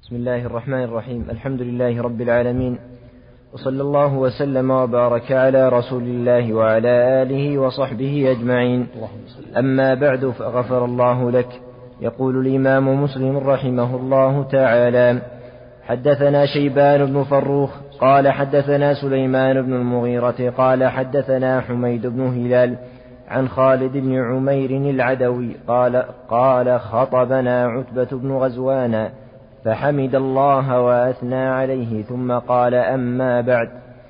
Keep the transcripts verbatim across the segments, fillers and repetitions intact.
بسم الله الرحمن الرحيم. الحمد لله رب العالمين، وصلى الله وسلم وبارك على رسول الله وعلى آله وصحبه أجمعين. أما بعد، فغفر الله لك. يقول الإمام مسلم رحمه الله تعالى: حدثنا شيبان بن فروخ قال حدثنا سليمان بن المغيرة قال حدثنا حميد بن هلال عن خالد بن عمير العدوي قال قال خطبنا عتبة بن غزوان فحمد الله وأثنى عليه ثم قال: أما بعد،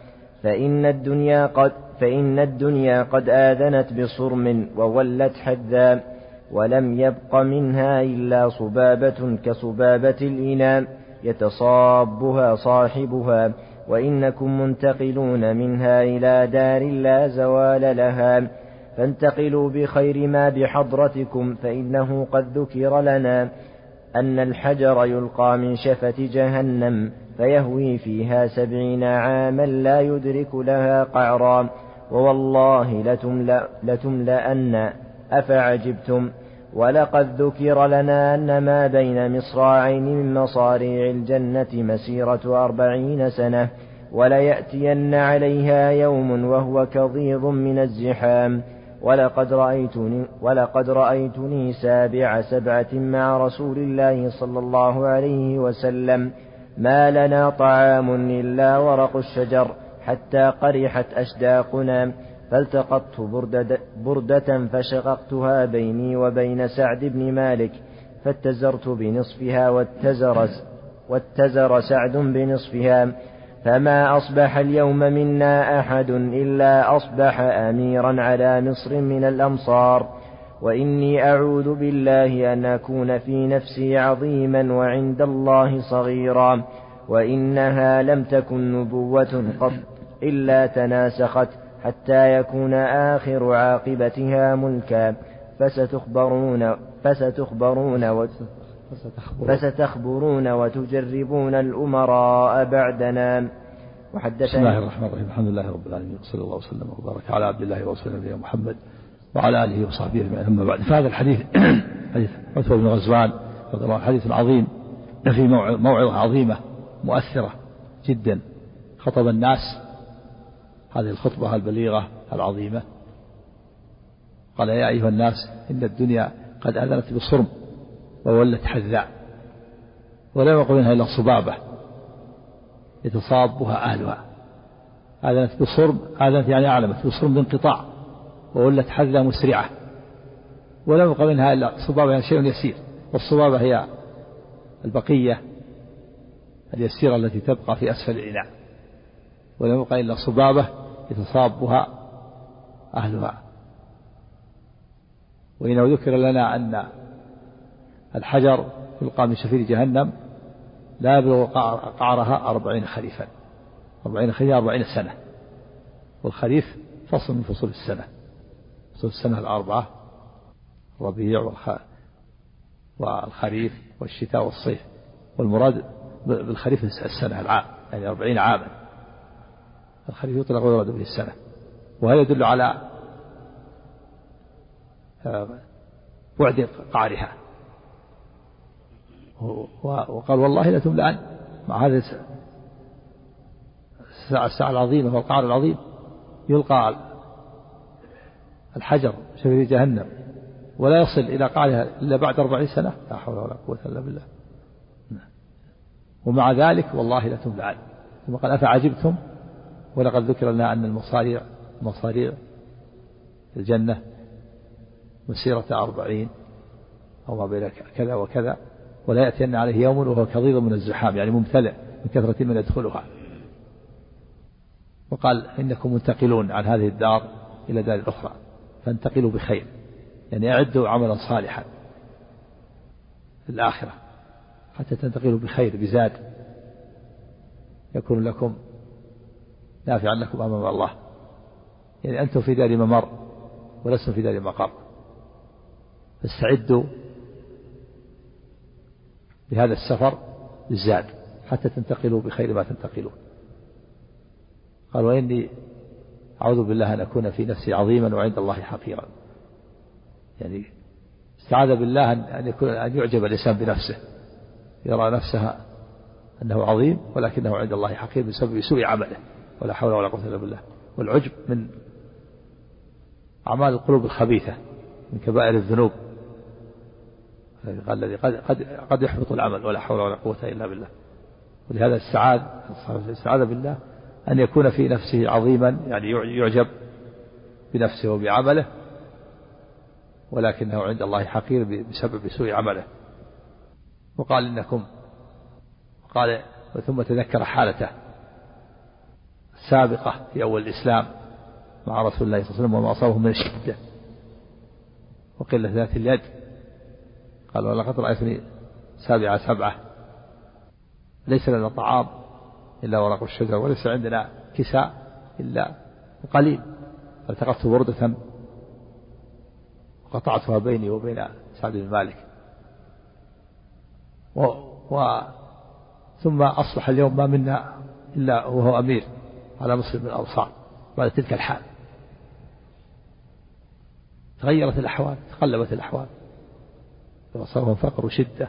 فإن الدنيا قد, فإن الدنيا قد آذنت بصرم وولت حذا، ولم يبق منها إلا صبابة كصبابة الإناء يتصابها صاحبها، وإنكم منتقلون منها إلى دار لا زوال لها، فانتقلوا بخير ما بحضرتكم، فإنه قد ذكر لنا أن الحجر يلقى من شفة جهنم فيهوي فيها سبعين عاما لا يدرك لها قعرا، ووالله لتملأ لتملأن أفعجبتم. ولقد ذكر لنا أن ما بين مصراعين من مصاريع الجنة مسيرة أربعين سنة، وليأتين عليها يوم وهو كظيظ من الزحام. ولقد رأيتني, ولقد رأيتني سابع سبعة مع رسول الله صلى الله عليه وسلم، ما لنا طعام إلا ورق الشجر حتى قرحت أشداقنا، فالتقطت بردة, بردة فشققتها بيني وبين سعد بن مالك، فاتزرت بنصفها واتزر, واتزر سعد بنصفها، فما أصبح اليوم منا أحد إلا أصبح أميرا على مصر من الأمصار. وإني أعوذ بالله أن أكون في نفسي عظيما وعند الله صغيرا، وإنها لم تكن نبوة قط إلا تناسخت حتى يكون آخر عاقبتها ملكا، فستخبرون فستخبرون فستخبرون وتجربون الأمراء بعدنا. وحدثني بسم الله الرحمن الرحيم. الحمد لله رب العالمين، صلى الله وسلم وبارك على عبد الله ورسوله نبينا محمد وعلى آله وصحبه أجمعين. أما بعد، فهذا الحديث حديث عتبة بن غزوان رضي الله عنه حديث عظيم، فيه موعظة عظيمة مؤثرة جدا. خطب الناس هذه الخطبة البليغة العظيمة، قال: يا أيها الناس، إن الدنيا قد آذنت بصرم وولت حذاء، ولا يبق منها إلا صبابة يتصابها أهلها. آذنت بصرم، آذنت يعني أعلمت بصرم بانقطاع، وولت حذاء مسرعة، ولا يبق منها إلا صبابة يعني شيء يسير، والصبابة هي البقية اليسيرة التي تبقى في أسفل الإناء، ولا يبق إلا صبابة يتصابها أهلها. وإنه ذكر لنا أن الحجر يلقى من شفير جهنم لا يبلغ قعرها أربعين خريفا، أربعين خريفا أربعين سنة، والخريف فصل من فصول السنة، فصول السنة الأربعة: الربيع والخريف والشتاء والصيف، والمراد بالخريف السنة العام، يعني أربعين عاما. الخريف يطلق ويراد به السنة، وهذا يدل على بعد قعرها. وقال: والله لتملأن، مع هذه الساعة العظيمة والقعر العظيم يلقى الحجر شفير جهنم ولا يصل إلى قعرها إلا بعد أربعين سنة، لا حول ولا قوة إلا بالله. ومع ذلك والله لتملأن. ثم قال: أفعجبتم، ولقد ذكر لنا أن المصاريع مصاريع الجنة مسيرة أربعين أو ما بين كذا وكذا، ولا يأتين عليه يوم وهو كظيظ من الزحام، يعني ممتلئ من كثرة من يدخلها. وقال: إنكم منتقلون عن هذه الدار إلى دار أخرى، فانتقلوا بخير، يعني أعدوا عملا صالحا للآخرة حتى تنتقلوا بخير بزاد يكون لكم نافعا لكم أمام الله، يعني أنتم في دار ممر ولستم في دار مقر، فاستعدوا بهذا السفر بالزاد حتى تنتقلوا بخير ما تنتقلون. قال: وإني أعوذ بالله أن أكون في نفسي عظيما وعند الله حقيرا، يعني استعاذ بالله أن يكون أن يعجب الإنسان بنفسه، يرى نفسها أنه عظيم ولكنه عند الله حقير بسبب سوء عمله، ولا حول ولا قوة إلا بالله. والعجب من أعمال القلوب الخبيثة، من كبائر الذنوب الذي قد قد قد يحبط العمل، ولا حول ولا قوة إلا بالله. ولهذا السعادة السعادة بالله أن يكون في نفسه عظيما، يعني يعجب بنفسه وبعمله، ولكنه عند الله حقير بسبب سوء عمله. وقال إنكم قال ثم تذكر حالته السابقة في أول الإسلام مع رسول الله صلى الله عليه وسلم وما أصابه من الشدة وقلة ذات اليد. قال ولقد رأيتني سابعة سبعة ليس لنا طعام إلا ورق الشجر، وليس عندنا كساء إلا قليل، فالتقطت بردة وقطعتها بيني وبين سعد بن مالك، و... و... ثم أصبح اليوم ما منا إلا وهو أمير على مسلم من الأنصار. بعد تلك الحال تغيرت الأحوال، تقلبت الأحوال، وصارهم فقر وشدة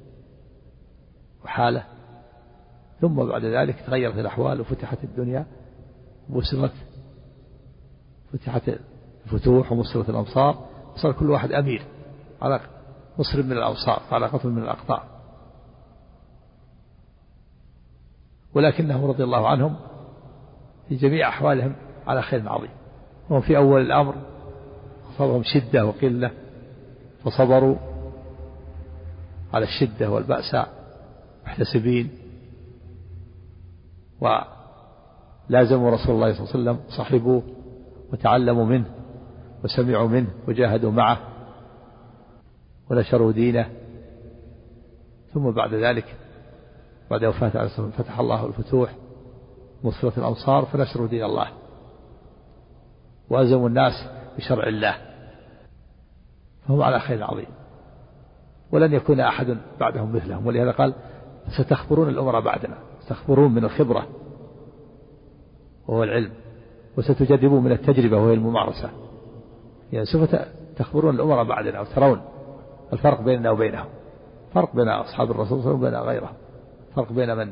وحالة. ثم بعد ذلك تغيرت الأحوال وفتحت الدنيا ومسرت، فتحت الفتوح ومسرت الأمصار، وصار كل واحد أمير على مصر من الأمصار، على قطر من الأقطار. ولكنه رضي الله عنهم في جميع أحوالهم على خير عظيم. وهم في أول الأمر أصابهم شدة وقلة، فصبروا على الشدة والبأساء محتسبين، ولازموا رسول الله صلى الله عليه وسلم، صحبوه وتعلموا منه وسمعوا منه وجاهدوا معه ونشروا دينه. ثم بعد ذلك بعد وفاة عليه الصلاة والسلام فتح الله الفتوح مصرة الأمصار، فنشروا دين الله وألزموا الناس بشرع الله، فهم على خير عظيم، ولن يكون أحد بعدهم مثلهم. ولهذا قال ستخبرون الأمراء بعدنا، ستخبرون من الخبرة وهو العلم، وستجربون من التجربة وهي الممارسة. يعني سوف تخبرون الأمراء بعدنا وترون الفرق بيننا وبينهم، فرق بين أصحاب الرسول صلى الله عليه وسلم وبين غيرهم، فرق بين من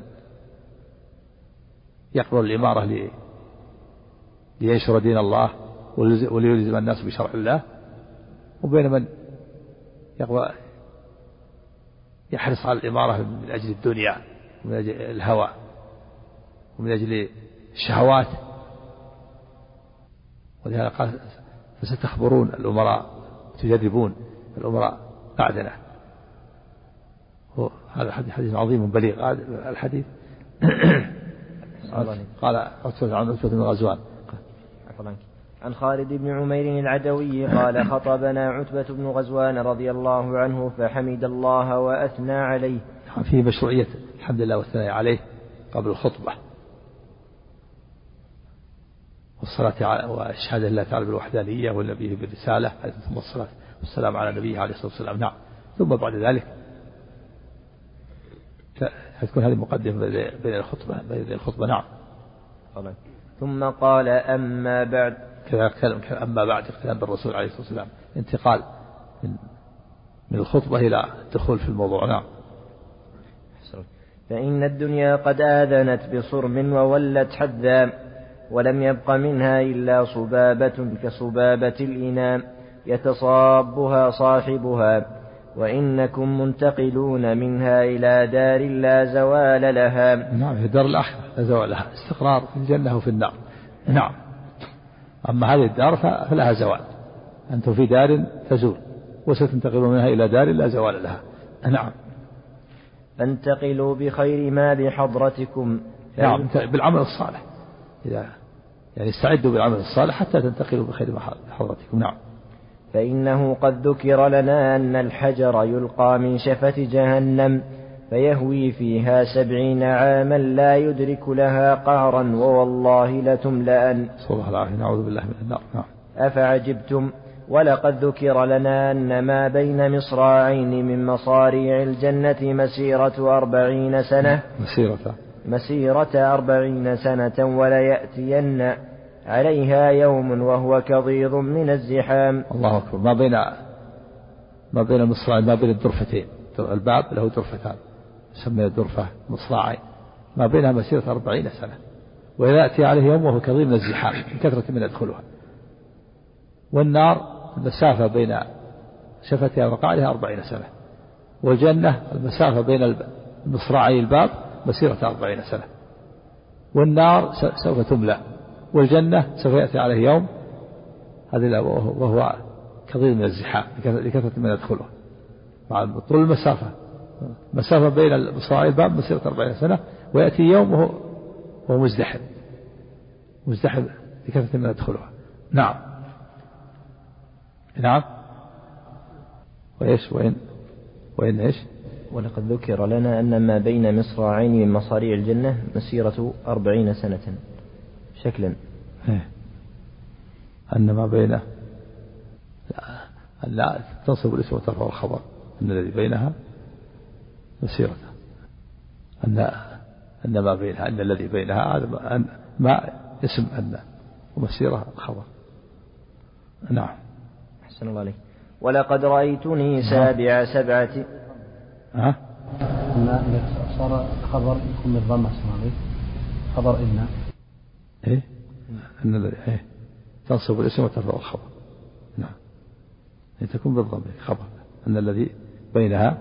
يقبل الإمارة لي لينشر دين الله وليلزم الناس بشرع الله، وبين من يقبل يحرص على الإمارة من أجل الدنيا ومن أجل الهوى ومن أجل الشهوات. ولهذا قال فستخبرون الأمراء تجربون الأمراء بعدنا. هذا حديث عظيم بليغ. هذا الحديث قال عتبة عن عتبة بن غزوان عن خالد بن عمير العدوي قال خطبنا عتبة بن غزوان رضي الله عنه فحمد الله وأثنى عليه. فيه مشروعية الحمد لله والثناء عليه قبل الخطبة، والصلاة والشهادة لله تعالى بالوحدانية والنبي بالرسالة، ثم الصلاة والسلام على نبيه عليه الصلاة والسلام. نعم. ثم بعد ذلك فتكون هذه مقدمة بين الخطبة بين الخطبة. نعم. ثم قال أما بعد، كذا كلام أما بعد اقتدام بالرسول عليه الصلاة والسلام، انتقال من من الخطبة إلى الدخول في الموضوع. نعم. فإن الدنيا قد آذنت بصرم وولت حذا، ولم يبق منها إلا صبابة كصبابة الإناء يتصابها صاحبها، وإنكم منتقلون منها إلى دار لا زوال لها. نعم، هي دار الآخرة لا زوال لها، استقرار في الجنة وفي النار. نعم. أما هذه الدار فلها زوال، أنتم في دار تزول وستنتقلون منها إلى دار لا زوال لها. نعم. فانتقلوا بخير ما بحضرتكم. نعم، بالعمل الصالح، إذا يعني استعدوا بالعمل الصالح حتى تنتقلوا بخير ما بحضرتكم. نعم. فإنه قد ذكر لنا أن الحجر يلقى من شفة جهنم فيهوي فيها سبعين عاما لا يدرك لها قعرا، ووالله لتملأن. صلى الله عليه وسلم. نعوذ بالله من النار. نعم. أفعجبتم ولقد ذكر لنا أن ما بين مصراعين من مصاريع الجنة مسيرة أربعين سنة مسيرة مسيرة أربعين سنة وليأتين عليها يوم وهو كضيض من الزحام. الله أكبر. ما بين ما بين المصراعين، ما بين الدرفتين، الباب له درفتان، يسمى درفة مصراعي ما بينها مسيرة أربعين سنة، ويأتي عليه يوم وهو كظيم من الزحام من كثرة من يدخلها. والنار المسافة بين شفتها وقعدها أربعين سنة، والجنة المسافة بين مصراعي الباب مسيرة أربعين سنة. والنار سوف تملأ، والجنة سوف يأتي عليه يوم هذا وهو كظيم من الزحام لكثرة من يدخلها مع طول المسافة، مسافة بين مصراعي الباب مسيرة أربعين سنة، ويأتي يوم وهو, وهو مزدحم مزدحم لكثرة من يدخلها. نعم نعم. وإيش وين وين إيش؟ ولقد ذكر لنا أن ما بين مصراعين من مصاريع الجنة مسيرة أربعين سنة شكلا. إيه. أن ما بينه لا تنصب الاسم وترفع الخبر أن الذي بينها مسيرة أن أن ما بينها أن الذي بينها هذا ما اسم أن ومسيرة الخبر. نعم. أحسن الله عليك. ولقد رأيتني سابع سبعة. ها؟ أن إذا صار خبر يكون بالضم أحسن عليك خبر إن إيه أن الذي إيه تنصب الاسم وترفع الخبر. نعم تكون بالضم خبر أن الذي بينها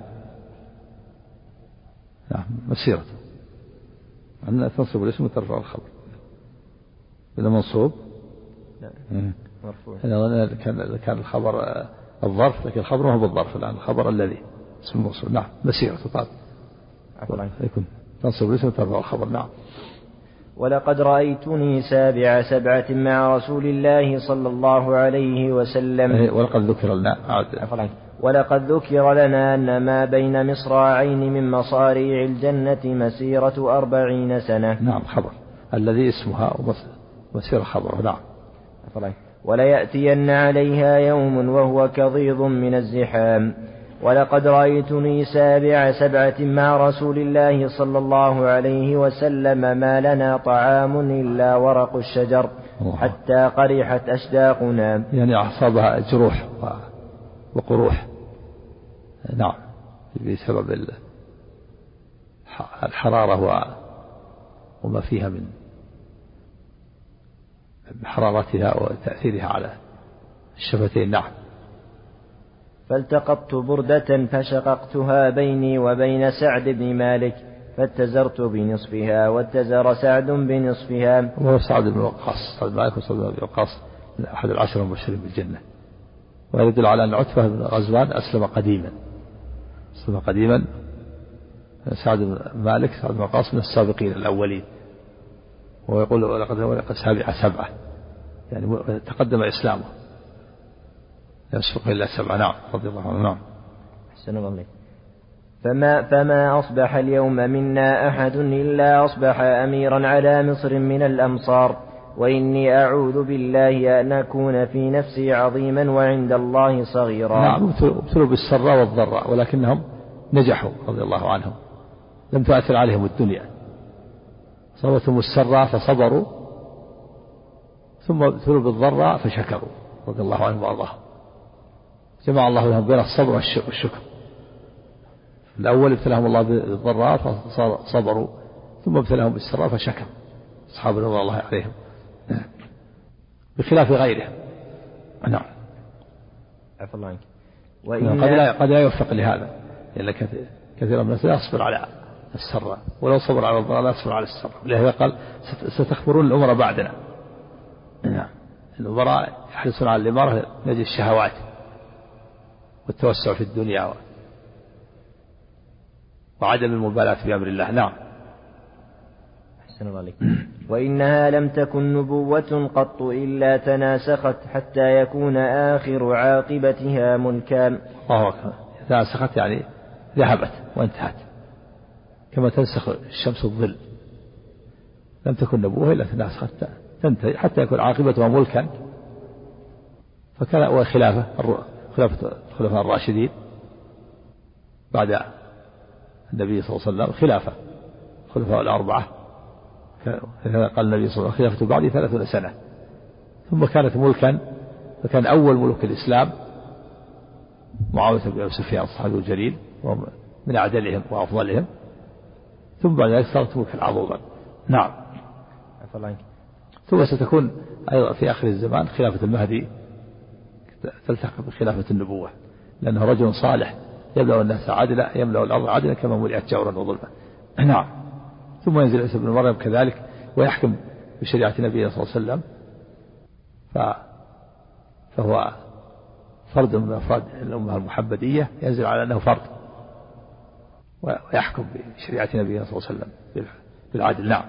نعم مسيرة أن تنصب الاسم وترفع الخبر. إذا منصوب لا مرفوع. كان كان الخبر الظرف لكن الخبر ما هو بالظرف الآن الخبر الذي اسم الموصول. نعم مسيرة طبعا يكون تنصب الاسم وترفع الخبر. نعم. ولقد رأيتني سابع سبعة مع رسول الله صلى الله عليه وسلم. ولقد ذكر لنا ولقد ذكر لنا أن ما بين مصراعين من مصاريع الجنة مسيرة أربعين سنة. نعم خبر الذي اسمها ومسيرة خبره. نعم. وليأتين عليها يوم وهو كظيظ من الزحام. ولقد رأيتني سابع سبعة مع رسول الله صلى الله عليه وسلم ما لنا طعام إلا ورق الشجر حتى قرحت أشداقنا، يعني أعصابها جروح وقروح. نعم بسبب الحرارة وما فيها من حرارتها وتأثيرها على الشفتين. نعم. فالتقطت بردة فشققتها بيني وبين سعد بن مالك فاتزرت بنصفها واتزر سعد بنصفها. وهو سعد بن وقاص سعد بن مالك وسعد بن وقاص أحد العشر المبشرين بالجنة، ويدل على أن عتبة بن غزوان أسلم قديما أسلم قديما سعد بن مالك سعد بن وقاص من السابقين الأولين، ويقول ولقد ولقد سابع سبعة يعني تقدم إسلامه يسبق إلا سبعة. نعم رضي الله عنه. نعم. أحسن الله عليك. فما, فما أصبح اليوم منا أحد إلا أصبح أميرا على مصر من الأمصار، وإني أعوذ بالله أن أكون في نفسي عظيما وعند الله صغيرا. نعم ابتلوا بالسراء والضراء ولكنهم نجحوا رضي الله عنهم، لم تؤثر عليهم الدنيا، صابتهم السراء فصبروا ثم ابتلوا بالضراء فشكروا رضي الله عنهم وارضاهم. جمع الله لهم بين الصبر والشكر. الأول ابتلاهم الله بالضراء فصبروا ثم ابتلاهم بالسراء فشكروا أصحاب رضي الله عليهم بخلاف غيرهم. نعم. عفى الله عنك. قد لا قد لا يوفق لهذا لأن كثيرا من الناس لا يصبر على السراء، ولو صبر على الضراء لا يصبر على السراء، لهذا قال ستخبرون الأمر بعدنا. نعم. الأمراء يحرصون على الإمارة لأجل الشهوات والتوسع في الدنيا وعدم المبالاة بأمر الله. نعم. أحسن الله عليك. وإنها لم تكن نبوة قط إلا تناسخت حتى يكون آخر عاقبتها ملكا. الله أكبر. تناسخت يعني ذهبت وانتهت كما تنسخ الشمس الظل. لم تكن نبوة إلا تناسخت تنتهي حتى يكون عاقبتها ملكا. فكان وخلافة خلافة الخلفاء الراشدين بعد النبي صلى الله عليه وسلم خلافة الخلفاء الأربعة، قال النبي صلى الله عليه وسلم خلافة بعدي ثلاثون سنة، ثم كانت ملكا، فكان أول ملوك الإسلام معاوية بن أبي سفيان الصحابي الجليل ومن أعدلهم وأفضلهم، ثم بعد ذلك صارت ملكا عظوما. نعم. ثم ستكون أيضا في آخر الزمان خلافة المهدي تلتحق بخلافة النبوة، لأنه رجل صالح يملأ الناس عدلا، يملأ الأرض عدلا كما ملئت جورا وظلما. نعم. ثم ينزل عيسى بن مريم كذلك ويحكم بشريعة نبيه صلى الله عليه وسلم، فهو فرد من أفراد الأمة المحمدية، ينزل على أنه فرد ويحكم بشريعة نبيه صلى الله عليه وسلم بالعدل. نعم.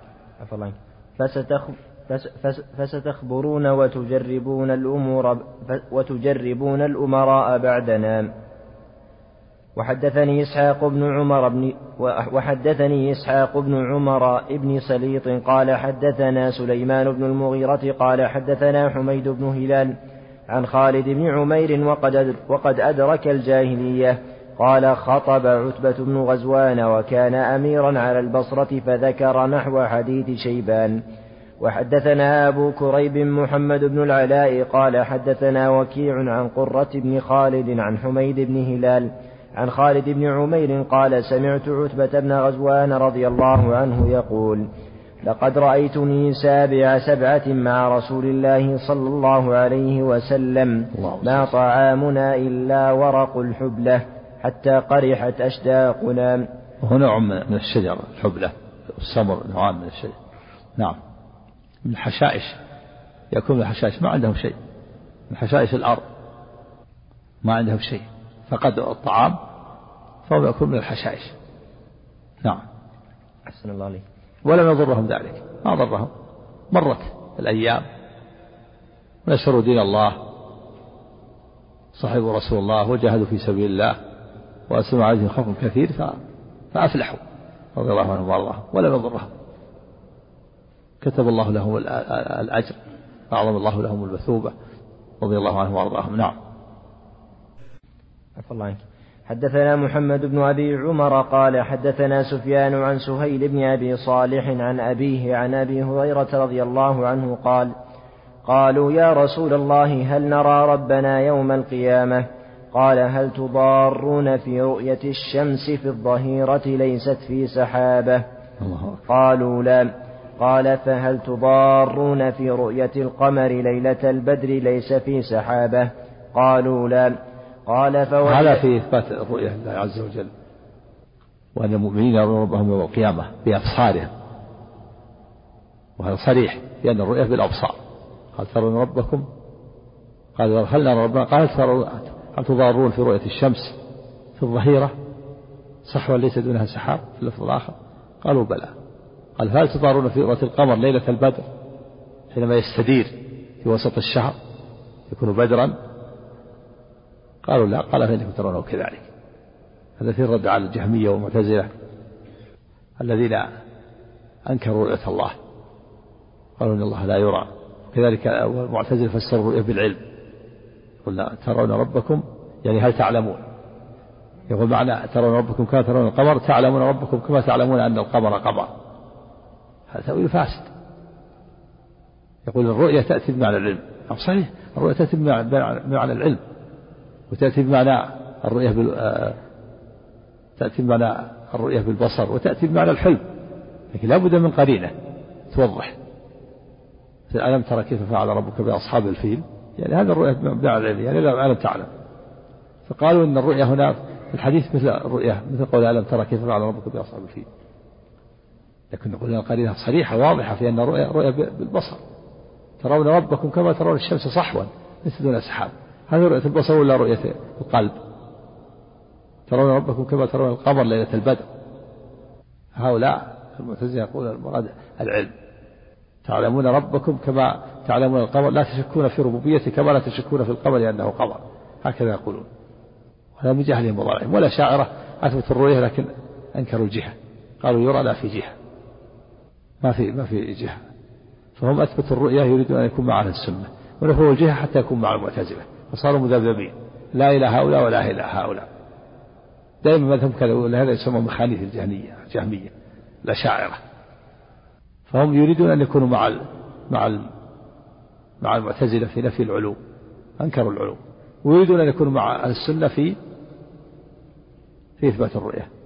فستخ فستخبرون وتجربون الأمور وتجربون الأمراء بعدنا. وحدثني إسحاق بن عمر بن وحدثني إسحاق بن عمر ابن سليط قال حدثنا سليمان بن المغيرة قال حدثنا حميد بن هلال عن خالد بن عمير وقد وقد أدرك الجاهلية قال خطب عتبة بن غزوان وكان أميرا على البصرة فذكر نحو حديث شيبان. وحدثنا أبو كريب محمد بن العلاء قال حدثنا وكيع عن قرة بن خالد عن حميد بن هلال عن خالد بن عمير قال سمعت عتبة بن غزوان رضي الله عنه يقول لقد رأيتني سابع سبعة مع رسول الله صلى الله عليه وسلم ما طعامنا إلا ورق الحبلة حتى قرحت أشداقنا. وهو نوع من الشجر الحبلة السمر نوعان من الشجر. نعم. من الحشائش، يكون من الحشائش ما عندهم شيء، من حشائش الأرض ما عندهم شيء، فقد الطعام فهو يكون من الحشائش. نعم. أحسن الله عليك. ولم يضرهم ذلك، ما ضرهم، مرت الأيام ونشروا دين الله، صحبوا رسول الله وجاهدوا في سبيل الله وأسلم عليهم خوف كثير فأفلحوا رضي الله عنهم وارضاهم ولم يضرهم، كتب الله لهم الأجر، أعظم الله لهم المثوبة رضي الله عنهم وارضاهم. نعم. عفوا الله عنك. حدثنا محمد بن أبي عمر قال حدثنا سفيان عن سهيل بن أبي صالح عن أبيه عن أبي هريرة رضي الله عنه قال قالوا يا رسول الله هل نرى ربنا يوم القيامة؟ قال هل تضارون في رؤية الشمس في الظهيرة ليست في سحابة؟ قالوا لا. قال فهل تضارون في رؤية القمر ليلة البدر ليس في سحابة؟ قالوا لا. قال فوجد هذا في إثبات الرؤية لله عز وجل، وأن المؤمنين يرون ربهم يوم القيامة بأبصارهم، وهذا صريح بأن الرؤية بالأبصار. هل ترون ربكم؟ قال هل نرى ربنا؟ قال هل تضارون في رؤية الشمس في الظهيرة صحوا ليس دونها سحاب في اللفظ الآخر؟ قالوا بلى. قال هل تضارون في رؤية القمر ليلة البدر حينما يستدير في وسط الشهر يكون بدرا؟ قالوا لا. قال فإنكم ترونه كذلك. هذا في الرد على الجهمية والمعتزلة الذين أنكروا رؤية الله، قالوا إن الله لا يرى. كذلك المعتزلة فسروا الرؤية بالعلم، قلنا ترون ربكم يعني هل تعلمون، يقول معنى ترون ربكم كما ترون القمر تعلمون ربكم كما تعلمون أن القمر قمر. هذا تأويل فاسد. يقول الرؤية تأتي بمعنى العلم. أو صحيح الرؤية تأتي بمعنى العلم، وتأتي بمعنى الرؤية بال تأتي بمعنى الرؤية بالبصر، وتأتي بمعنى الحلم، لكن لا بد من قرينة توضح. ألم ترى كيف فعل ربك بأصحاب الفيل؟ يعني هذا الرؤية بمعنى العلم، يعني لا ألم تعلم. فقالوا إن الرؤية هنا في الحديث مثل الرؤية مثل قول ألم ترى كيف فعل ربك بأصحاب الفيل، لكن نقول القرينة صريحة واضحة في أن الرؤية رؤية بالبصر. ترون ربكم كما ترون الشمس صحوا ليس دون سحاب. هذه رؤية البصر ولا رؤية القلب؟ ترون ربكم كما ترون القمر ليلة البدر. هؤلاء المعتزلة يقول المراد العلم. تعلمون ربكم كما تعلمون القمر، لا تشكون في ربوبيته كما لا تشكون في القمر لأنه قمر، هكذا يقولون. وهذا من جهلهم وضلالهم. ولا شاعرة أثبتوا الرؤية لكن أنكروا الجهة، قالوا يرى لا في جهة، ما في ما في جهة. فهم أثبتوا الرؤية يريدون أن يكون مع أهل السنة، ونفوا الجهة حتى يكون مع المعتزلة، فصاروا مذبذبين لا إلى هؤلاء ولا إلى هؤلاء. دائما مذهب كذا، ولهذا يسمى مخاليف الجهمية الجهمية الأشاعرة. فهم يريدون أن يكونوا مع ال مع ال مع المعتزلة في نفي العلو، أنكروا العلو، ويريدون أن يكونوا مع السنة في في إثبات الرؤية.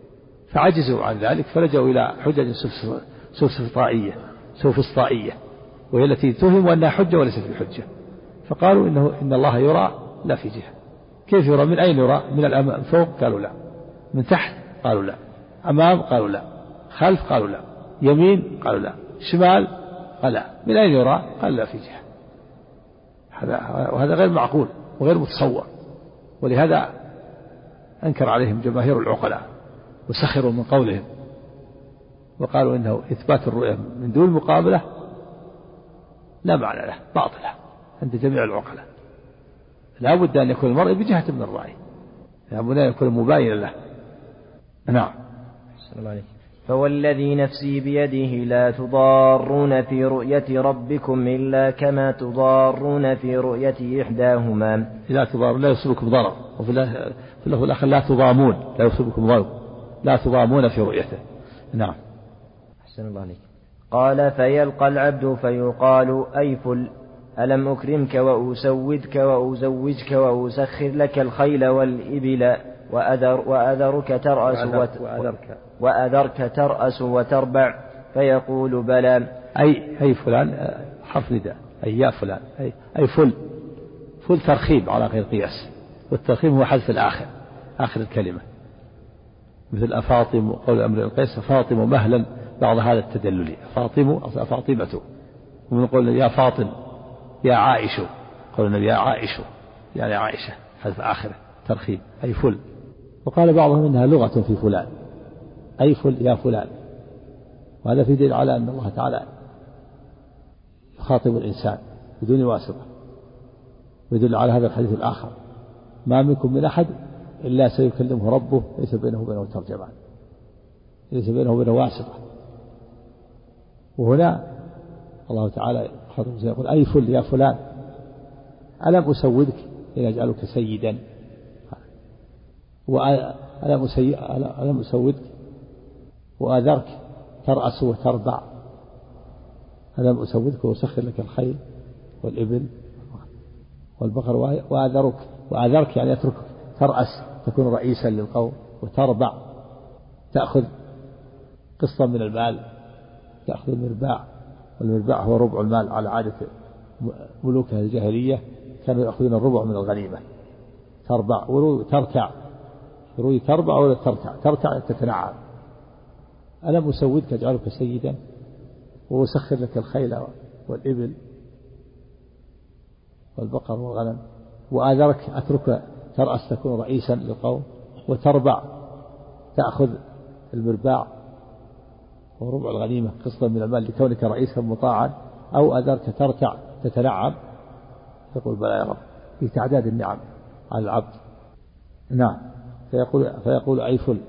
فعجزوا عن ذلك فلجوا إلى حجج سوفسطائية سوفسطائية وهي التي تهم أنها حجة وليست بحجة. فقالوا إنه إن الله يرى لا في جهة. كيف يرى؟ من أين يرى؟ من الأمام فوق؟ قالوا لا. من تحت؟ قالوا لا. أمام؟ قالوا لا. خلف؟ قالوا لا. يمين؟ قالوا لا. شمال؟ قال لا. من أين يرى؟ قال لا في جهة. هذا وهذا غير معقول وغير متصور. ولهذا أنكر عليهم جماهير العقلاء وسخروا من قولهم وقالوا إنه إثبات الرؤية من دون مقابلة لا معنى له، باطلة عند جميع العقلاء. لا بد أن يكون المرء بجهة من الرأي، لا بد أن يكون مباينا له. نعم. فوالذي نفسي بيده لا تضارون في رؤية ربكم إلا كما تضارون في رؤية إحداهما. لا تضارون لا يصيبكم ضرر، وفي اللفظ الآخر لا تضامون لا يصيبكم ضرر، لا تضامون في رؤيته. نعم. أحسن الله عليك. قال فيلقى العبد فيقال أي فل ألم أكرمك وأسودك وأزوجك وأسخر لك الخيل والإبل وأذر وأذرك ترأس وأذرك, وأذرك ترأس وتربع فيقول بلى. أي أي فلان حرف نداء، أي يا فلان، أي أي فل. فل ترخيب على غير قياس، والترخيب هو حذف الآخر آخر الكلمة، مثل أفاطم قول أمر القيس فاطم مهلا بعض هذا التدلل. فاطم أصلا فاطمة، ومن قول يا فاطم يا عائشة قول النبي يا عائشة يعني عائشة حذف آخره ترخيب أي فل. وقال بعضهم إنها لغة في فلان أي فل يا فلان، وهذا في دليل على أن الله تعالى يخاطب الإنسان بدون واسطة، ويدل على هذا الحديث الآخر ما منكم من أحد إلا سيكلمه ربه ليس بينه وبينه ترجمان، ليس بينه وبينه واسطة. وهنا الله تعالى يقول أي فل يا فلان ألم أسودك إن أجعلك سيدا، وألم أسودك وأذرك ترأس وتربع، ألم أسودك وأسخر لك الخيل والإبل والبقر وأذرك وأذرك يعني أتركك ترأس تكون رئيسا للقوم، وتربع تأخذ قسطا من المال، تأخذ المرباع، والمرباع هو ربع المال على عادة ملوكها الجاهلية، كانوا يأخذون الربع من الغنيمة. تربع وترتع، روي تربع ولا ترتع، ترتع تتنعم. ألم أسودك أجعلك سيدا وأسخر لك الخيل والإبل والبقر والغنم، وآذرك أترك ترأس تكون رئيسا للقوم، وتربع تأخذ المرباع وربع الغنيمة قسطا من المال لكونك رئيسا مطاعا، أو آذرك ترتع تتنعم. يقول بلى يا رب في تعداد النعم على العبد. نعم. فيقول فيقول أي فل.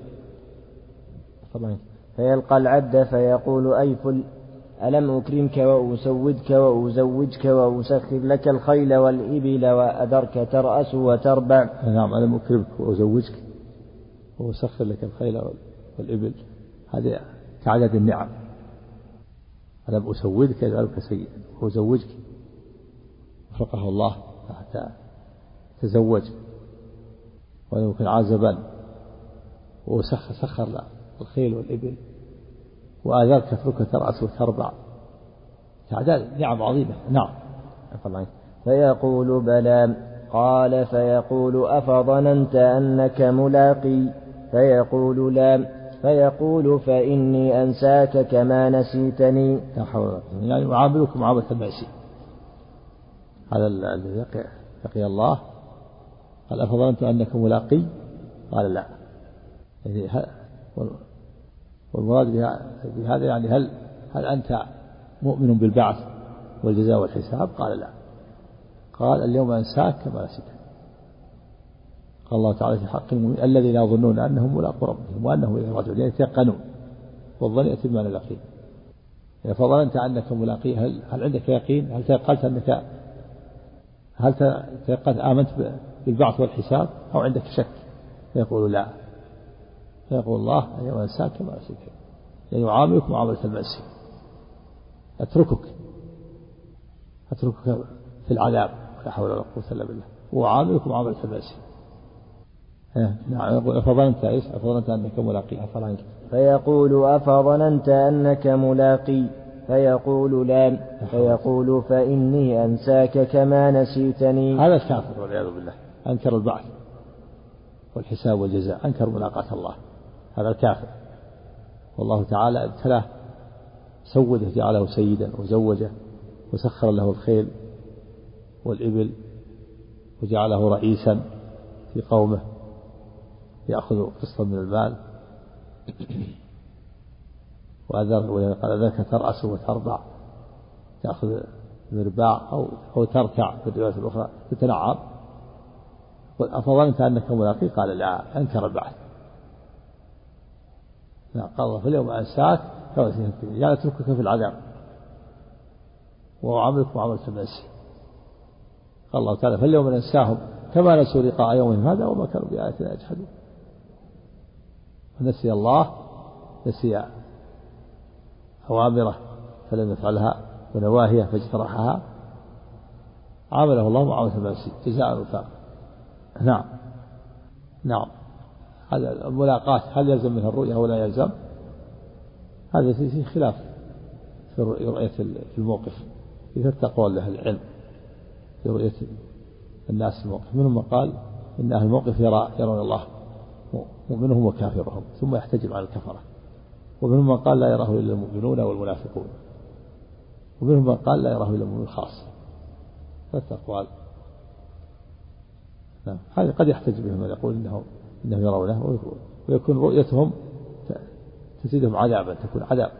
فيلقى العبد فيقول أي فل ألم أكرمك وأسودك وأزوجك وأسخر لك الخيل والإبل وأذرك ترأس وتربع. نعم. ألم أكرمك وأزوجك وأسخر لك الخيل والإبل، هذه تعداد النعم. ألم أسودك أجعلك سيدا وأزوجك وفقه الله حتى تزوج ولو كان عازبا، وسخر سخر له الخيل والإبل، وآذرك تترك ترأس وتربع، تعداد نعم عظيمة. نعم. فيقول بلى. قال فيقول أفظننت أنك ملاقي؟ فيقول لا. فيقول فإني أنساك كما نسيتني. يعني معاملكم معاملة المأسي. هذا الذي يقي يقي الله. قال أفظننت أنك ملاقي؟ قال لا. والمراد بهذا يعني هل هل أنت مؤمن بالبعث والجزاء والحساب؟ قال لا. قال اليوم أنساك كما نسيتني. قال الله تعالى في حق المؤمنين الذين يظنون أنهم ملاقو ربهم وأنهم إليه راجعون، يتيقنون، والظن يأتي بمعنى اليقين. فظننت أنك ملاقي، هل هل عندك يقين؟ هل تيقنت أنك هل تيقنت آمنت بالبعث والحساب أو عندك شك؟ فيقول لا. فيقول الله اليوم أنساك كما نسيتني، يعني يعاملك معاملة المأسي. أتركك أتركك في العذاب لا حول ولا قوة إلا بالله، وأعاملك معاملة المأسي. نعم يقول أفظننت إيش أفظننت أنك ملاقي فيقول أفظننت أنك ملاقي فيقول لا فيقول فإني أنساك كما نسيتني. هذا الكافر والعياذ بالله أنكر البعث والحساب والجزاء أنكر ملاقاة الله هذا الكافر. والله تعالى ابتلاه سوده جعله سيدا وزوجه وسخر له الخيل والإبل وجعله رئيسا في قومه يأخذ قسطا من المال وقال ذاك ترأس وترضع تأخذ مرباع أو أو تركع في الرواية الأخرى تتنعم. أفظننت أنك ملاقي قال لا أنكر البعث. قال في اليوم أنساك يعني أتركك في العذاب وعملك وعملت الناس. قال الله تعالى فاليوم ننساهم كما نسوا لقاء يومهم هذا وما كانوا بآياتنا يجحدون. نسي الله نسي أوامره فلم يفعلها ونواهيه فاجترحها عامله الله معاملة الناس جزاء وفاق. نعم نعم هذا الملاقاة هل يلزم منها الرؤية ولا يلزم؟ هذا في خلاف في رؤية في الموقف إذا التقوى لأهل العلم في رؤية الناس الموقف. منهم من قال إن أهل الموقف يرى يرون الله ومنهم وكافرهم ثم يحتجب على الكفرة. ومنهم من قال لا يراه إلا المؤمنون والمنافقون. ومنهم من قال لا يراه إلا المؤمن الخاص. فالتقوى نعم هذا قد يحتج بهم من يقول إنهم إنهم يرونه ويكون رؤيتهم تزيدهم عذابا تكون عذاب.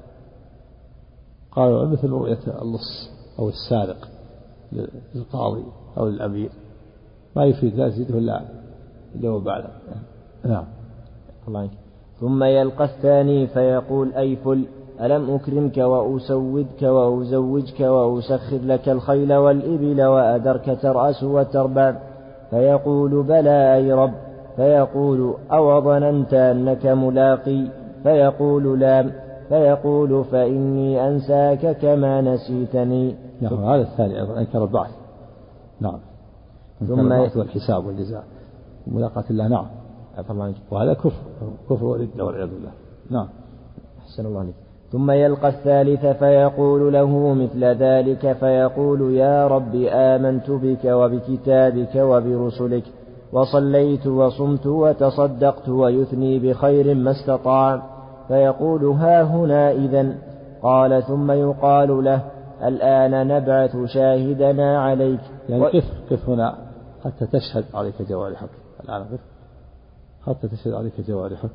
قالوا مثل رؤية اللص أو السارق للقاضي أو للأمير ما يفيد لا يزيده إلا إلا وبعلا. نعم الله عنك. ثم يلقى الثاني فيقول أي فل ألم أكرمك وأسودك وأزوجك وأسخر لك الخيل والإبل وأدرك ترأس وتربع فيقول بلى أي رب فيقول أو ظننت أنك ملاقي فيقول لا فيقول فإني أنساك كما نسيتني. نعم هذا الثاني أيضا أنكر البعث. نعم ثم البعث والحساب والجزاء وملاقاة الله. نعم وهذا كفر كفر والردة والعياذ بالله. نعم أحسن الله عليك. ثم يلقى الثالث فيقول له مثل ذلك فيقول يا رب آمنت بك وبكتابك وبرسلك وصليت وصمت وتصدقت ويثني بخير ما استطاع فيقول ها هنا إذن. قال ثم يقال له الآن نبعث شاهدنا عليك يعني قف قف هنا حتى تشهد عليك جوارحك. الآن قف حتى تشهد عليك جوارحك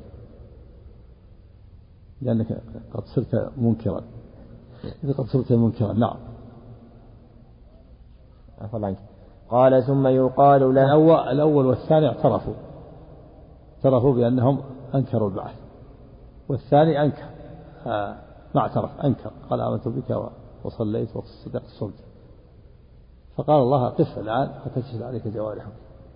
لأنك قد صرت منكرا إذا قد صرت منكرا. نعم قال ثم يقال له الأول, الأول والثاني اعترفوا اعترفوا بأنهم أنكروا البعث والثاني أنكر آه ما اعترف أنكر قال آمنت بك وصليت وصدقت صمت. فقال الله قف الآن حتى تشهد عليك جوارحك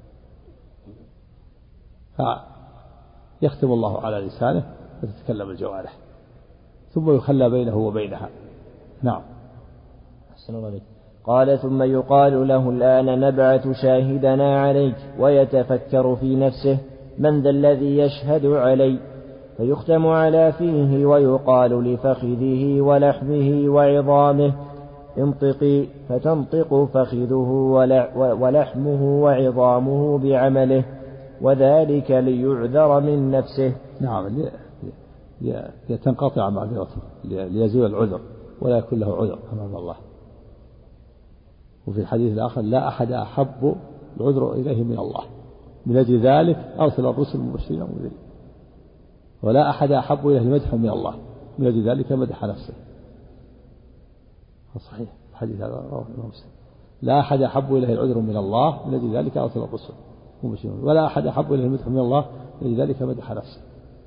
فيختم الله على لسانه فتتكلم الجوارح ثم يخلى بينه وبينها. نعم أحسن الله عليك. قال ثم يقال له الآن نبعث شاهدنا عليك ويتفكر في نفسه من ذا الذي يشهد علي فيختم على فيه ويقال لفخذه ولحمه وعظامه انطقي فتنطق فخذه ولحمه وعظامه بعمله وذلك ليعذر من نفسه. نعم لتنقطع معذرته ليزول العذر ولا يكون له عذر أمام الله. وفي الحديث الآخر لا أحد أحب العذر إليه من الله من أجل ذلك أرسل الرسل مبشرين ومنذرين ولا أحد أحب إليه المدح من الله من أجل ذلك مدح نفسه. صحيح الحديث هذا رواه مسلم. لا أحد أحب إليه العذر من الله من أجل ذلك أرسل الرسل مبشرين ولا أحد أحب إليه المدح من الله من أجل ذلك مدح نفسه.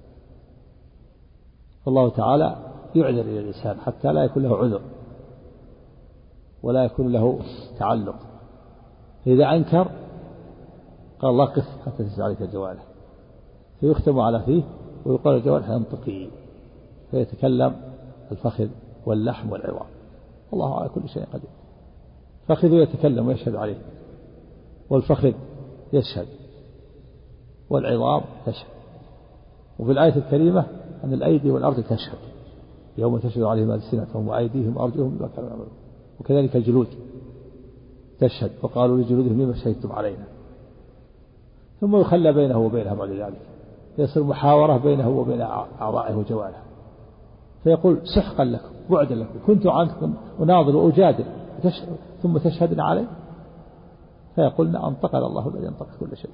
فالله تعالى يعذر إلى الإنسان حتى لا يكون له عذر ولا يكون له تعلق. إذا أنكر قال الله قف حتى تشهد عليك الجوارح فيختم على فيه ويقال الجوارح ينطقي فيتكلم الفخذ واللحم والعظام. الله على كل شيء قدير. فخذه يتكلم ويشهد عليه والفخذ يشهد والعظام تشهد. وفي الآية الكريمة أن الأيدي والأرض تشهد يوم تشهد عليهم ألسنتهم وأيديهم وأرجلهم بما كانوا يعملون. وكذلك الجلود تشهد وقالوا لجلودهم لما شهدتم علينا. ثم يخلى بينه وبينها بعد ذلك، يصير محاورة بينه وبين أعضائه وجوارحه، فيقول سحقا لكم بعدا لكم كنت عنكم أناظر وأجادل ثم تشهدنا علي، فيقولنا أنطقنا الله الذي ينطق كل شيء.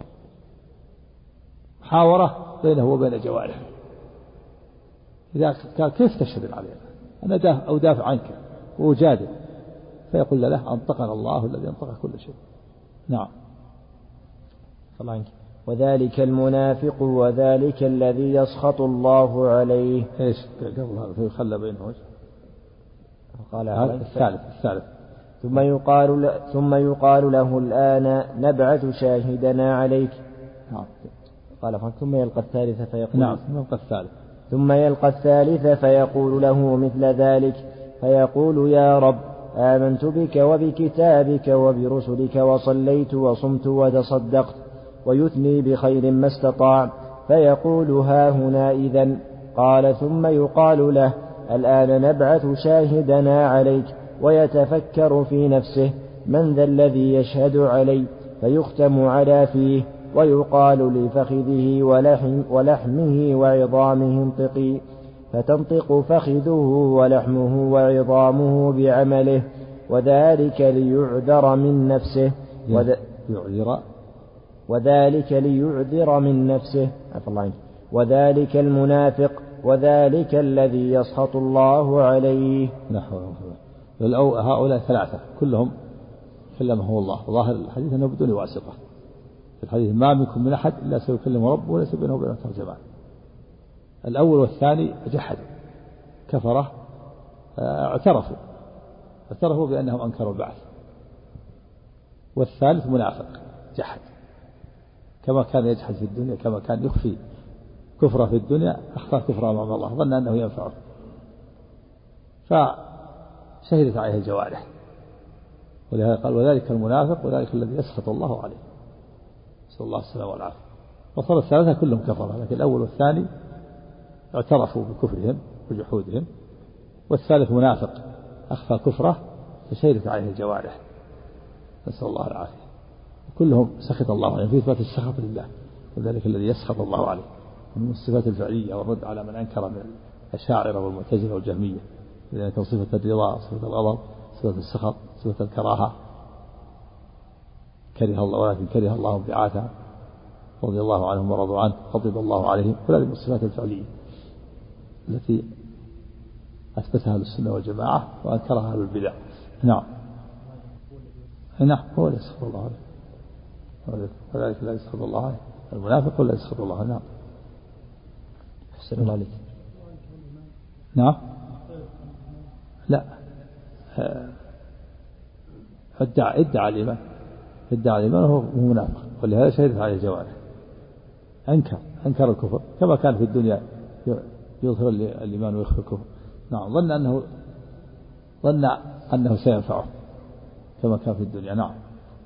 محاورة بينه وبين جوارحه. إذا قال كيف تشهد علينا أنا دافع أو دافع عنك وأجادل، فيقول له أنطقنا الله الذي ينطق كل شيء. نعم. الله عنك. وذلك المنافق وذلك الذي يسخط الله عليه. ايش قبل هذا فيخلى بينه وجه. قال الثالث الثالث ثم يقال ل... ثم يقال له الآن نبعث شاهدنا عليك. نعم. قال ثم يلقى الثالث فيقول نعم ثم يلقى الثالث ثم يلقى الثالث فيقول له مثل ذلك، فيقول يا رب آمنت بك وبكتابك وبرسلك وصليت وصمت وتصدقت، ويثني بخير ما استطاع، فيقول ها هنا إذن. قال ثم يقال له الآن نبعث شاهدنا عليك، ويتفكر في نفسه من ذا الذي يشهد علي، فيختم على فيه ويقال لفخذه ولحم ولحمه وعظامه انطقي، فتنطق فخذه ولحمه وعظامه بعمله، وذلك ليعذر من نفسه وذ... يعذر وذلك ليعذر من نفسه عفى الله عنه. وذلك المنافق وذلك الذي يسخط الله عليه. نحو هؤلاء ثلاثة كلهم كلمه الله. ظاهر الحديث أنه بدون واسطة. في الحديث ما منكم من أحد إلا سيكلم ربه وليس بينه وبينه ترجمان. الأول والثاني جحدوا كفرة اعترفوا اعترفوا بأنهم أنكروا البعث. والثالث منافق جحد كما كان يجحد في الدنيا، كما كان يخفي كفره في الدنيا أخفى كفره أمام الله، ظن أنه ينفعه فشهدت عليه الجوارح. ولهذا قال وذلك المنافق وذلك الذي يسخط الله عليه، نسأل الله السلامة والعافية. وصار الثلاثة كلهم كفرة، لكن الأول والثاني اعترفوا بكفرهم وجحودهم، والثالث منافق أخفى كفره فشهدت عليه الجوارح، نسأل الله العافية. كلهم سخط الله عليه، في إثبات السخط لله، وذلك الذي يسخط الله عليه من الصفات الفعلية، والرد على من أنكر من الأشاعرة والمعتزلة والجهمية، لأن صفة الرضا، صفة الغضب، صفة السخط، صفة الكراهة كره الله، ولكن كره الله انبعاثها رضي الله عنهم ورضوا عنه غضب الله عليهم. وهذه من الصفات الفعلية التي أثبتها السنة والجماعة وأنكرها أهل البدع. نعم. نعم هو الذي يسخط الله عليه، وذلك لا يسخط الله عليه المنافق ولا يسخط الله. نعم. أحسن الله عليك. نعم. لا ادعى ادعى الإيمان ادعى الإيمان وهو منافق، ولهذا شهدت عليه الجوارح. أنكر أنكر الكفر كما كان في الدنيا يظهر الإيمان ويخفي الكفر. نعم. ظن أنه ظن أنه سينفعه كما كان في الدنيا. نعم.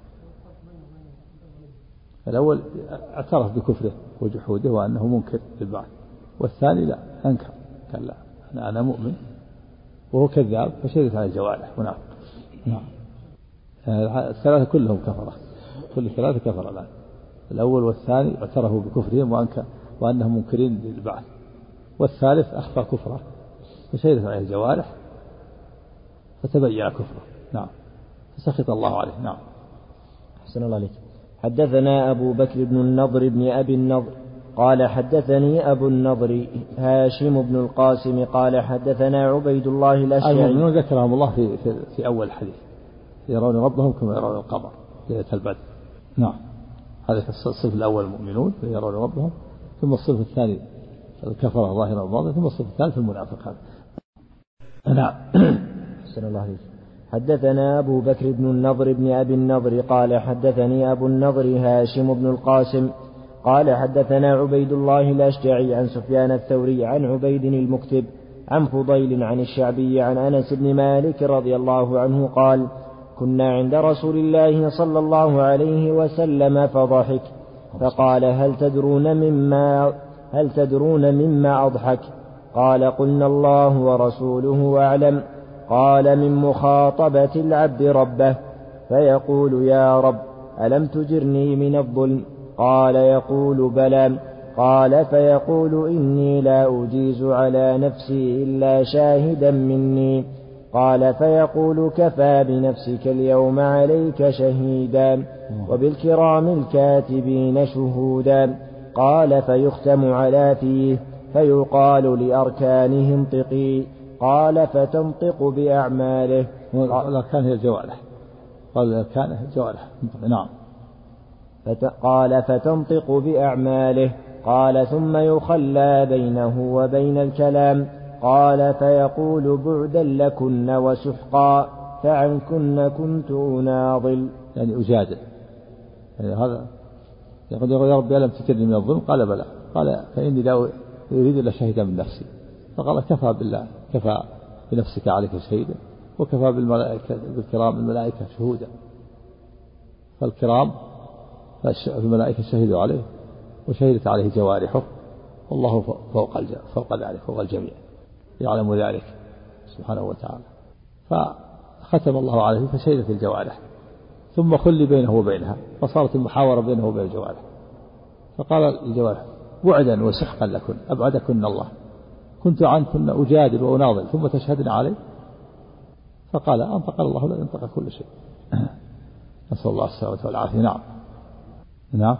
الأول اعترف بكفره وجحوده وأنه منكر للبعث، والثاني لا أنكر قال لا أنا, أنا مؤمن وهو كذاب فشهدت على الجوارح منافق. نعم. الثلاثة كلهم كفرة، كل الثلاثة كفرة الآن. الأول والثاني اعترفوا بكفرهم وأنكر وأنهم منكرين للبعث، والثالث أخفى كفره فشهدت عليه الجوارح فتبين كفره. نعم. فسخط الله عليه. نعم. أحسن الله عليك. حدثنا أبو بكر بن النضر بن أبي النضر قال حدثني أبو النضر هاشم بن القاسم قال حدثنا عبيد الله الأشعري. المؤمنون ذكرهم الله في, في, في أول الحديث يرون ربهم كما يرون القمر ليلة البدر. نعم. هذا الصف الأول المؤمنون يرون ربهم، ثم الصف الثاني الكفرة ظاهرا وباطنا، ثم الصف الثالث المنافقين. نعم. أحسن الله عليك. حدثنا أبو بكر بن النضر بن أبي النضر قال حدثني أبو النضر هاشم بن القاسم قال حدثنا عبيد الله الأشجعي عن سفيان الثوري عن عبيد المكتب عن فضيل عن الشعبي عن أنس بن مالك رضي الله عنه قال كنا عند رسول الله صلى الله عليه وسلم فضحك فقال هل تدرون مما هل تدرون مما أضحك؟ قال قلنا الله ورسوله أعلم. قال من مخاطبة العبد ربه فيقول يا رب ألم تجرني من الظلم؟ قال يقول بلى. قال فيقول إني لا أجيز على نفسي إلا شاهدا مني. قال فيقول كفى بنفسك اليوم عليك شهيدا وبالكرام الكاتبين شهودا. قال فيختم على فيه فيقال لأركانه انطقي. قال فتنطق بأعماله. الأركان هي الجوارح. قال الأركان هي الجوارح. نعم. قال فتنطق بأعماله. قال ثم يخلى بينه وبين الكلام. قال فيقول بعدا لكن وسحقا فعنكن كنت أناضل، يعني أجادل. يعني هذا يقول يا رب ألم تجرني من الظلم؟ قال بلى. قال فإني لا أريد إلا شهيدا من نفسي. فقال كفى بالله، كفى بنفسك عليك شهيدا وكفى بالملائكة بالكرام الملائكة شهودا. فالكرام الملائكة شهدوا عليه وشهدت عليه جوارحه والله فوق فوق ذلك فوق الجميع يعلم ذلك سبحانه وتعالى. فختم الله عليه فشهدت الجوارح ثم خلي بينه وبينها فصارت المحاورة بينه وبين الجوارح. فقال الجوارح بعدا وسحقا لكن أبعدكن الله، كنت عنكن أجادل وأناضل ثم تشهدن علي. فقال أنطق الله لا ينطق كل شيء. نسأل الله السلامة والعافية. نعم نعم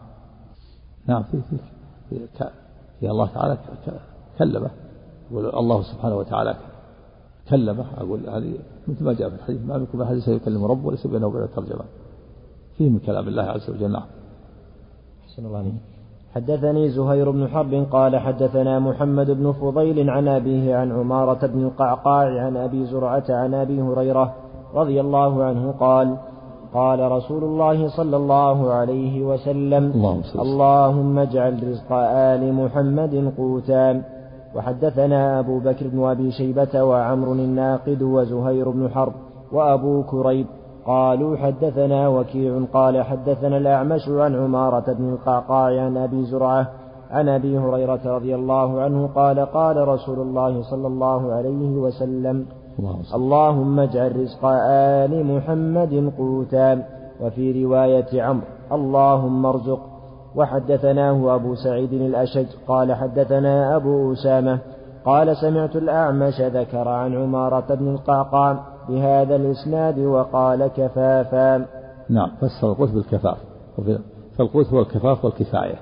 نعم في في في الله تعالى كلمه. الله سبحانه وتعالى كلمه. أقول هذه مثل ما جاء في الحديث ما منكم أحد سيكلم ربه وليس بينه وبينه ترجمان. فيه من كلام الله عز وجل. نعم. أحسن الله عليك. حدثني زهير بن حرب قال حدثنا محمد بن فضيل عن أبيه عن عمارة بن القعقاع عن أبي زرعة عن أبي هريرة رضي الله عنه قال قال رسول الله صلى الله عليه وسلم اللهم, اللهم اجعل رزق آل محمد قوتا. وحدثنا أبو بكر بن أبي شيبة وعمر الناقد وزهير بن حرب وأبو كريب قالوا حدثنا وكيع قال حدثنا الأعمش عن عمارة بن القعقاع عن أبي زرعة عن أبي هريرة رضي الله عنه قال قال رسول الله صلى الله عليه وسلم اللهم اجعل رزق آل محمد قوتا. وفي رواية عمرو اللهم ارزق. وحدثناه أبو سعيد الأشج قال حدثنا أبو أسامة قال سمعت الأعمش ذكر عن عمارة بن القعقاع بهذا الإسناد وقال كفافا. نعم. فسر القوت بالكفاف. فالقوت هو الكفاف والكفاية.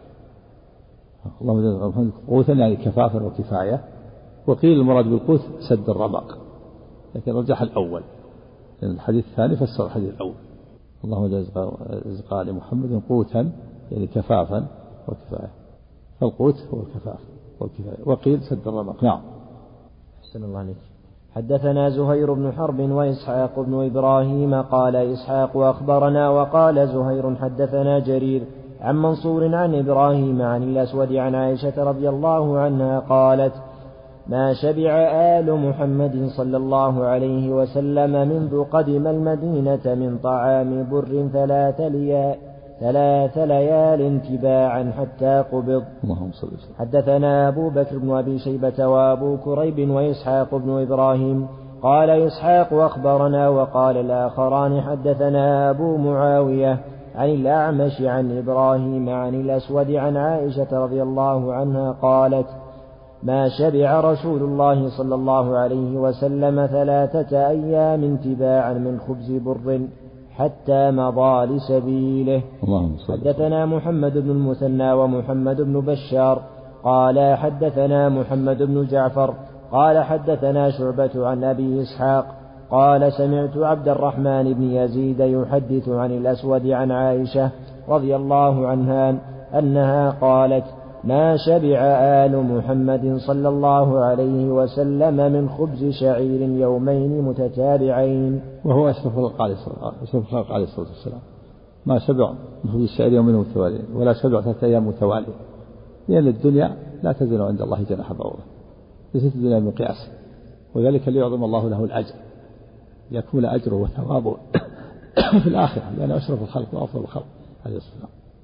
اللهم قوتا يعني كفافا وكفاية. وقيل المراد بالقوت سد الرمق لكن رجح الأول لأن الحديث الثاني فسر الحديث الأول. اللهم رزق آل محمد قوتا يعني كفافا وكفاية. فالقوت هو الكفاف والكفاية. وقيل سد الرمق. نعم. أحسن الله عليك. حدثنا زهير بن حرب وإسحاق بن إبراهيم قال إسحاق أخبرنا وقال زهير حدثنا جرير عن منصور عن إبراهيم عن الأسود عن عائشة رضي الله عنها قالت ما شبع آل محمد صلى الله عليه وسلم منذ قدم المدينة من طعام بر ثلاث ليال ثلاث ليال تباعا حتى قبض. حدثنا أبو بكر بن أبي شيبة وأبو كريب وإسحاق بن إبراهيم قال إسحاق أخبرنا وقال الآخران حدثنا أبو معاوية عن الأعمش عن إبراهيم عن الأسود عن عائشة رضي الله عنها قالت ما شبع رسول الله صلى الله عليه وسلم ثلاثة أيام تباعا من خبز بر حتى مضى لسبيله. حدثنا محمد بن المثنى ومحمد بن بشار قال حدثنا محمد بن جعفر قال حدثنا شعبة عن أبي إسحاق قال سمعت عبد الرحمن بن يزيد يحدث عن الأسود عن عائشة رضي الله عنها أنها قالت ما شبع آل محمد صلى الله عليه وسلم من خبز شعير يومين متتابعين. وهو أشرف الخلق عليه الصلاة والسلام. ما شبع من خبز الشعير يومين متوالين ولا شبع ثلاثة أيام متوالية لأن الدنيا لا تزن عند الله جناح بعوضة. ليست الدنيا مقياس وذلك ليعظم الله له الأجر يكمل أجره وثوابه في الآخرة لأن أشرف الخلق وأفضل الخلق عليه الصلاة والسلام.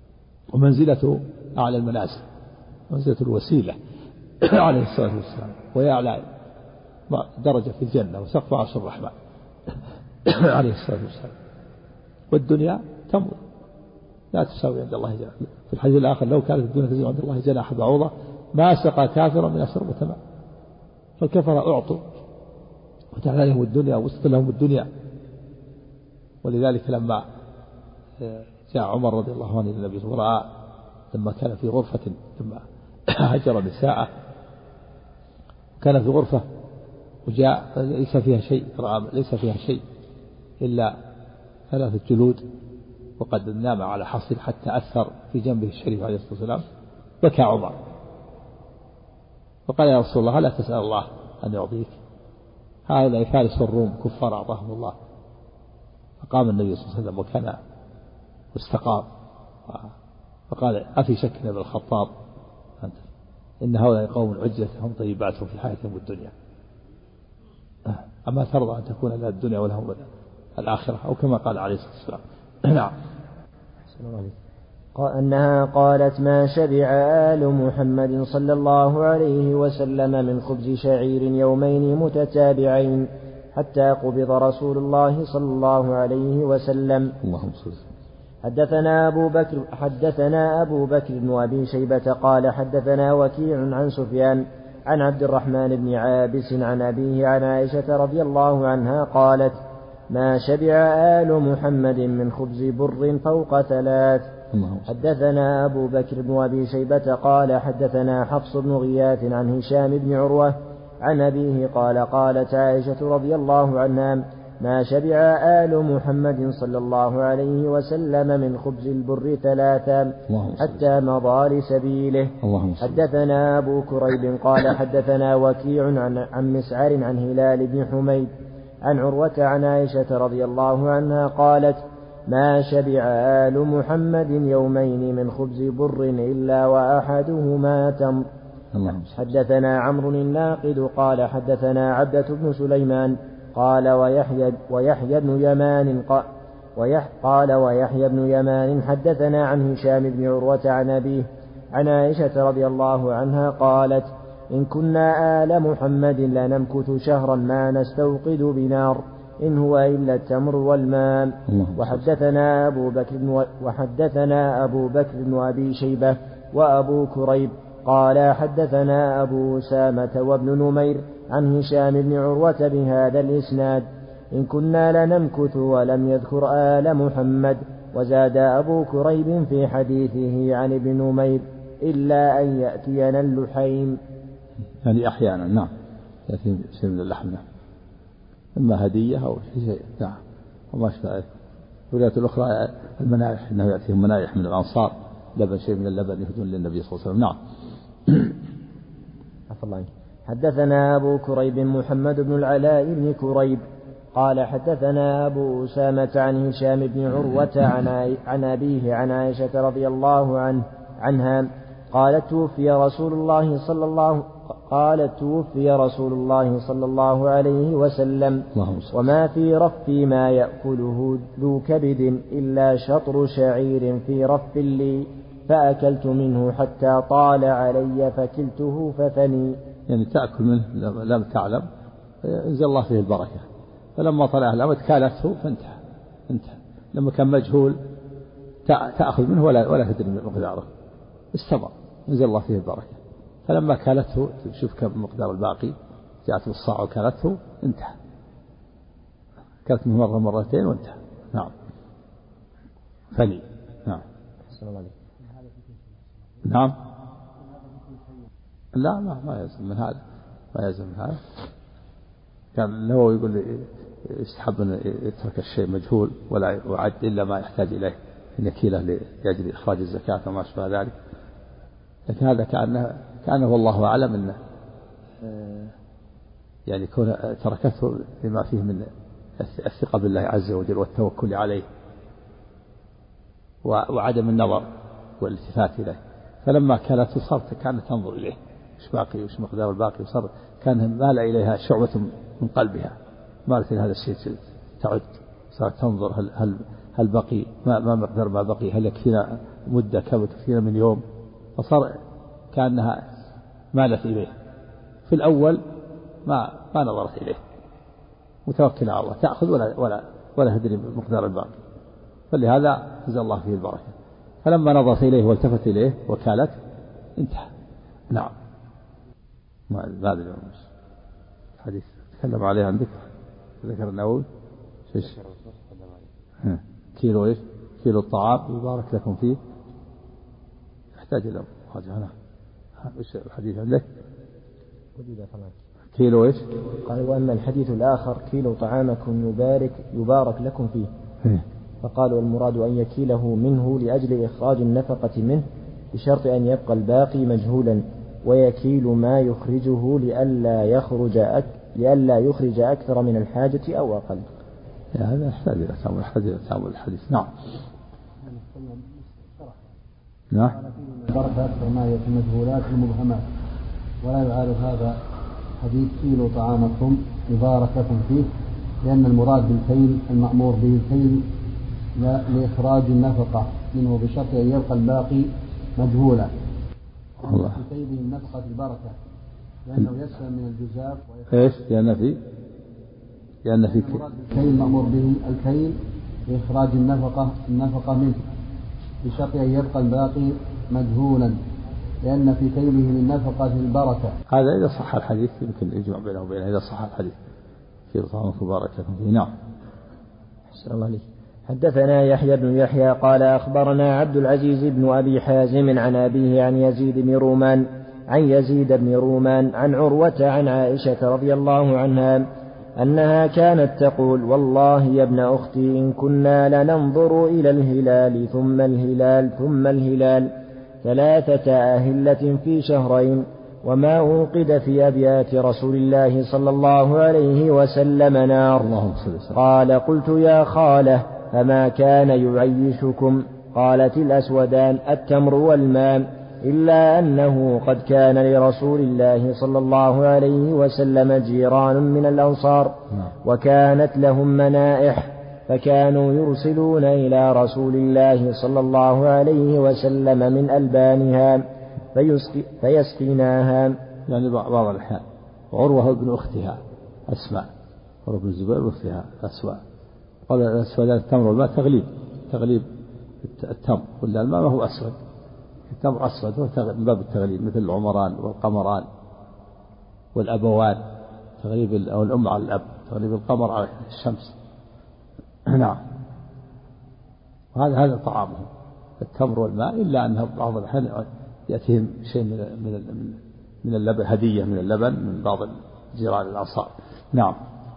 ومنزلته أعلى المنازل، منزلة الوسيلة عليه الصلاة والسلام، وهي أعلى درجة في الجنة وسقف عرش الرحمن عليه الصلاة والسلام. والدنيا تمضي لا تساوي عند الله جناح. في الحديث الآخر لو كانت الدنيا تساوي عند الله جناح بعوضة ما سقى كافرا من شربة ماء. فالكفر أعطوا وتعالى عليهم الدنيا وسط لهم الدنيا. ولذلك لما جاء عمر رضي الله عنه النبي صلى الله عليه وسلم لما كان في غرفة، لما هجر نساءه كان في غرفة وجاء ليس فيها شيء، ليس فيها شيء إلا ثلاثة جلود وقد نام على حصير حتى أثر في جنبه الشريف عليه الصلاة والسلام. بكى عمر فقال يا رسول الله ألا تسأل الله أن يعطيك؟ هؤلاء فارس الروم كفار أعطاهم الله. فقام النبي صلى الله عليه وسلم وكان واستقام فقال أفي شك يا ابن الخطاب أنت إن هؤلاء قوم عجلتهم طيباتهم في حياتهم الدنيا، أما ترضى أن تكون لها الدنيا ولهم الآخرة، أو كما قال عليه الصلاة والسلام. نعم. أنها قالت ما شبع آل محمد صلى الله عليه وسلم من خبز شعير يومين متتابعين حتى قبض رسول الله صلى الله عليه وسلم. اللهم صل. حدثنا أبو بكر حدثنا أبو بكر بن أبي شيبة قال حدثنا وكيع عن سفيان عن عبد الرحمن بن عابس عن أبيه عن عائشة رضي الله عنها قالت ما شبع آل محمد من خبز بر فوق ثلاث. حدثنا أبو بكر بن أبي شيبة قال حدثنا حفص بن غياث عن هشام بن عروة عن أبيه قال قالت عائشة رضي الله عنها ما شبع آل محمد صلى الله عليه وسلم من خبز البر ثلاثا حتى مضى لسبيله. حدثنا أبو كريب قال حدثنا وكيع عن, عن مسعر عن هلال بن حميد عن عروة عن عائشة رضي الله عنها قالت ما شبع آل محمد يومين من خبز بر إلا وأحدهما تمر. حدثنا عمرو الناقد قال حدثنا عبدة بن سليمان قال ويحيى ويحيى بن يمان قال ويح قال ويحيى بن يمان حدثنا عن هشام بن عروة عن أبيه عن عائشة رضي الله عنها قالت إن كنا آل محمد لنمكث شهرا ما نستوقد بنار إن هو إلا التمر والماء. وحدثنا أبو بكر وحدثنا أبو بكر بن أبي شيبة وأبو كريب قال حدثنا أبو أسامة وابن نمير عن هشام بن عروة بهذا الإسناد إن كنا لنمكث ولم يذكر آل محمد. وزاد أبو كريب في حديثه عن ابن نمير إلا أن يأتينا اللحيم، يعني أحيانا نعم يأتي شيء من اللحم، إما هدية أو شيء نعم وما شبه. الروايات الأخرى المنايح إنه يأتيهم منايح من الأنصار لبن شيء من اللبن يهدون للنبي صلى الله عليه وسلم. نعم. حدثنا أبو كريب محمد بن العلاء بن كريب قال حدثنا أبو أسامة عن هشام بن عروة عن أبيه عن عائشة رضي الله عنه عنها قالت توفي رسول الله صلى الله قالت توفي رسول الله صلى الله عليه وسلم وما في رفي ما يأكله ذو كبد إلا شطر شعير في رف لي فأكلت منه حتى طال علي فكلته فثني. يعني تأكل منه لم تعلم انزل الله فيه البركة، فلما طلع الأمد كالته فانتهى انتهى. لما كان مجهول تأخذ منه ولا ولا تدري مقداره استمر انزل الله فيه البركة. فلما كالته تشوف كم مقدار الباقي جاءت بالصاع وكالته انتهى، كانت منه مرة مرتين وانتهى. نعم فني. نعم نعم لا ما ما يلزم من هذا ما يلزم من هذا. كان النووي يقول لي يستحب أن يترك الشيء مجهول ولا يعد إلا ما يحتاج إليه إن كيله لأجل إخراج الزكاة وما أشبه ذلك. لكن هذا كأنه كأنه والله أعلم أنه يعني كون تركته بما فيه من الثقة بالله عز وجل والتوكل عليه وعدم النظر والالتفات إليه. فلما كانت صارت كانت تنظر إليه وش باقي وش مقدار الباقي، وصار كان مال إليها شعبة من قلبها مالت إلى هذا الشيء تعد، صارت تنظر هل هل هل بقي ما, ما مقدار ما بقي، هل يكفينا مدة كثيرة من يوم، فصار كأنها مالت إليه. في الأول ما ما نظرت إليه، متوكل على الله، تأخذ ولا ولا ولا تدري مقدار الباقي، فلهذا جزا الله فيه البركة. فلما نظرت إليه والتفت إليه وكالت انتهى. نعم. ما أدري الحديث تكلم عليه عندك، ذكر النووي ايش؟ كيلو ايش؟ كيلو الطعام يبارك لكم فيه، يحتاج إلى حاجة. هنا ايش الحديث عندك؟ كيلو ايش؟ قال وأما الحديث الآخر كيلو طعامكم يبارك يبارك لكم فيه، فقال والمراد أن يكيله منه لأجل إخراج النفقة منه بشرط أن يبقى الباقي مجهولا، ويكيل ما يخرجه لئلا يخرج أك لئلا يخرج أكثر من الحاجة أو أقل. هذا يحتاج إلى تأمل يحتاج إلى تأمل الحديث. نعم. نعم. بركة أكثر ما هي في المجهولات المبهمات، ولا يعارض هذا حديث كيلو طعامكم يبارك لكم فيه، لأن المراد بالكيل المأمور به الكيل لإخراج النفقة منه بشرط أن يبقى الباقي مجهولا. الله. في كيله النفقة البركة، لأنه يسلم من الجزاف. إيش؟ لأن في لأن في الكيل المأمور به الكيل لإخراج النفقة النفقة منه بشرط أن يبقى الباقي مجهولا، لأن في كيله من نفقة البركة. هذا إذا صح الحديث يمكن يجمع بينه وبينه إذا صح الحديث. كيلو طعامكم يبارك لكم فيه. نعم. أحسن الله عليك. حدثنا يحيى بن يحيى قال أخبرنا عبد العزيز بن أبي حازم عن أبيه عن يزيد بن رومان عن يزيد بن رومان عن عروة عن عائشة رضي الله عنها أنها كانت تقول والله يا ابن أختي إن كنا لننظر إلى الهلال ثم الهلال ثم الهلال ثلاثة أهلة في شهرين وما أوقد في أبيات رسول الله صلى الله عليه وسلم نار. قال قلت يا خالة فما كان يعيشكم؟ قالت الأسودان التمر والماء، إلا أنه قد كان لرسول الله صلى الله عليه وسلم جيران من الأنصار وكانت لهم منائح، فكانوا يرسلون إلى رسول الله صلى الله عليه وسلم من ألبانها فيسقي فيسقيناها. يعني بعض الأحيان عروة ابن أختها أسماء، عروة بن الزبير أختها أسماء، قال الأسود التمر والماء تغليب تغليب التمر، ولا الماء ما هو أسود، التمر أسود من باب التغليب، مثل العمران والقمران والأبوان، تغليب أو الأم على الأب، تغليب القمر على الشمس. نعم. وهذا هذا طعامهم التمر والماء، إلا أنها بعض الأحيان يأتيهم شيء من من من اللبن، هدية من اللبن من بعض جيران الأنصار. نعم.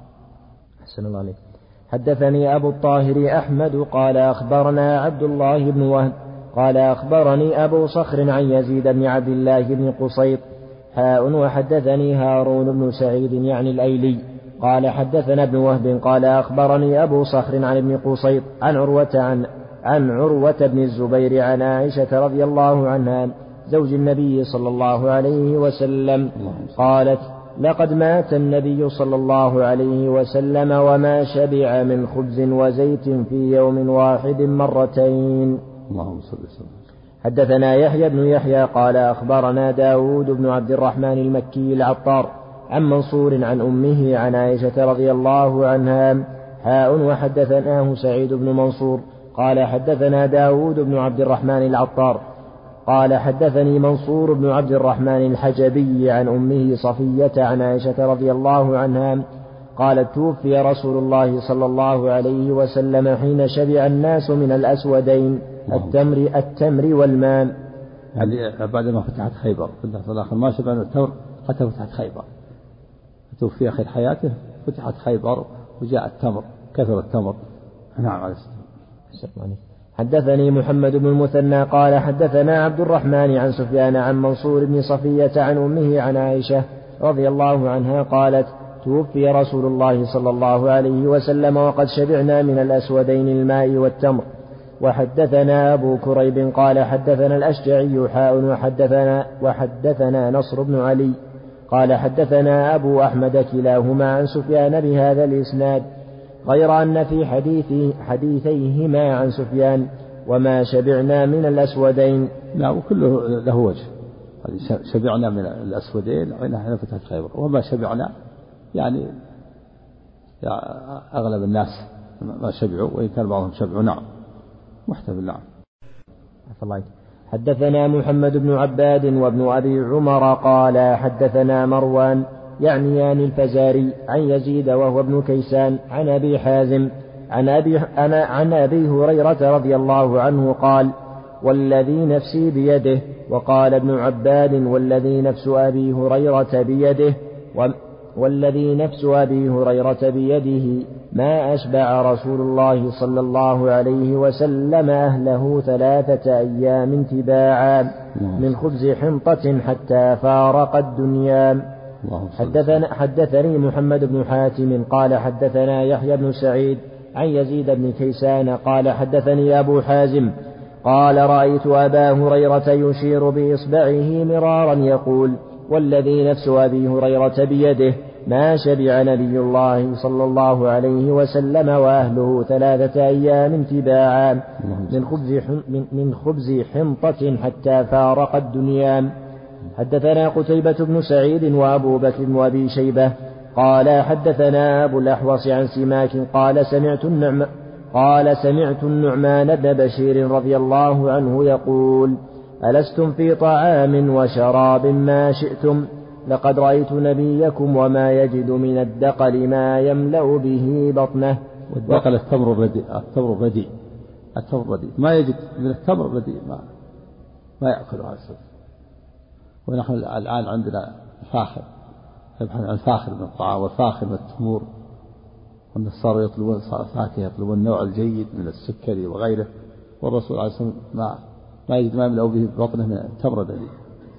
أحسن الله عليك. حدثني أبو الطاهر أحمد قال أخبرنا عبد الله بن وهب قال أخبرني أبو صخر عن يزيد بن عبد الله بن قصيط حاء وحدثني هارون بن سعيد يعني الأيلي قال حدثنا ابن وهب قال أخبرني أبو صخر عن ابن قصيط عن عروة عن عن عروة بن الزبير عن عائشة رضي الله عنها زوج النبي صلى الله عليه وسلم قالت لقد مات النبي صلى الله عليه وسلم وما شبع من خبز وزيت في يوم واحد مرتين. اللهم صل وسلم. حدثنا يحيى بن يحيى قال أخبرنا داود بن عبد الرحمن المكي العطار عن منصور عن أمه عن عائشة رضي الله عنها حاء وحدثناه سعيد بن منصور قال حدثنا داود بن عبد الرحمن العطار قال حدثني منصور بن عبد الرحمن الحجبي عن أمه صفية عن عائشة رضي الله عنها قالت توفي رسول الله صلى الله عليه وسلم حين شبع الناس من الأسودين التمر التمر والماء. يعني بعد ما فتحت خيبر في الآخر ما شبع التمر حتى فتحت خيبر، توفي آخر حياته فتحت خيبر وجاء التمر كثر التمر. نعم عليه السلام. حدثني محمد بن المثنى قال حدثنا عبد الرحمن عن سفيان عن منصور بن صفية عن أمه عن عائشة رضي الله عنها قالت توفي رسول الله صلى الله عليه وسلم وقد شبعنا من الأسودين الماء والتمر. وحدثنا أبو كريب قال حدثنا الأشجعي حاء وحدثنا, وحدثنا نصر بن علي قال حدثنا أبو أحمد كلاهما عن سفيان بهذا الإسناد، غير أن في حديث حديثيهما عن سفيان وما شبعنا من الأسودين. لا وكله له وجه. شبعنا من الأسودين عينها فتحت خيبر، وما شبعنا يعني أغلب الناس ما شبعوا، وإن كان بعضهم شبعوا. نعم محتمل. نعم. حدثنا محمد بن عباد وابن أبي عمر قال حدثنا مروان يعنيان الفزاري عن يزيد وهو ابن كيسان عن أبي حازم عن أبي, عن أبي هريرة رضي الله عنه قال والذي نفسي بيده. وقال ابن عباد والذي نفس أبي هريرة بيده والذي نفس أبي هريرة بيده ما أشبع رسول الله صلى الله عليه وسلم أهله ثلاثة أيام تباعا من خبز حنطة حتى فارق الدنيا. حدثنا حدثني محمد بن حاتم قال حدثنا يحيى بن سعيد عن يزيد بن كيسان قال حدثني أبو حازم قال رأيت أبا هريرة يشير بإصبعه مرارا يقول والذي نفس أبي هريرة بيده ما شبع نبي الله صلى الله عليه وسلم وأهله ثلاثة أيام تباعا من خبز من خبز حنطة حتى فارق الدنيا. حدثنا قتيبة بن سعيد وأبو بكر وأبي شيبة قال حدثنا أبو الأحوص عن سماك قال سمعت النعم قال سمعت النعمان بن بشير رضي الله عنه يقول ألستم في طعام وشراب ما شئتم لقد رأيت نبيكم وما يجد من الدقل ما يملأ به بطنه. والدقل التمر الرديء التمر الرديء التمر الرديء ما يجد من التمر الرديء ما ما يأكله هذا. ونحن الآن عندنا فاخر يبحث عن فاخر من الطعام وفاخر من التمور، وأن صاروا يطلبون فاكهة يطلبون النوع الجيد من السكري وغيره، والرسول عليه الصلاة والسلام ما ما يجد ما يملأ به بطنه من التمر الرديء.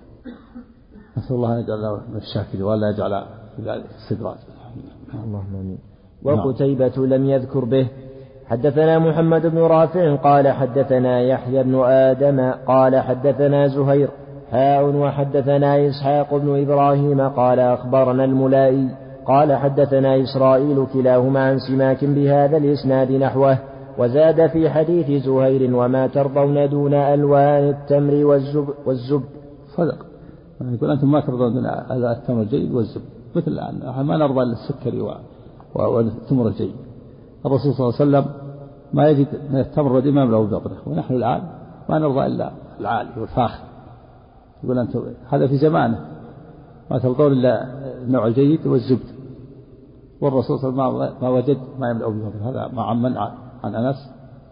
نسأل الله أن يجعلنا من الشاكرين ولا يجعل في ذلك استدراج. اللهم آمين. وقتيبة لم يذكر به. حدثنا محمد بن رافع قال حدثنا يحيى بن آدم قال حدثنا زهير حاء وحدثنا إسحاق بن إبراهيم قال أخبرنا الملائي قال حدثنا إسرائيل كلاهما عن سماك بهذا الإسناد نحوه، وزاد في حديث زهير وما ترضون دون ألوان التمر والزب والزب. صدق يقول أنتم ما ترضون دون التمر الجيد والزب، مثل الآن ما نرضى إلا السكري والتمر الجيد. الرسول صلى الله عليه وسلم ما يجد من التمر الرديء ما يملأ بطنه، ونحن الآن ما نرضى إلا العالي والفاخر. يقول أنتم هذا في زمانه ما ترضون إلا النوع الجيد والزبد، والرسول صلى الله عليه وسلم ما وجد ما يملأ بطنه. هذا مع من عن أنس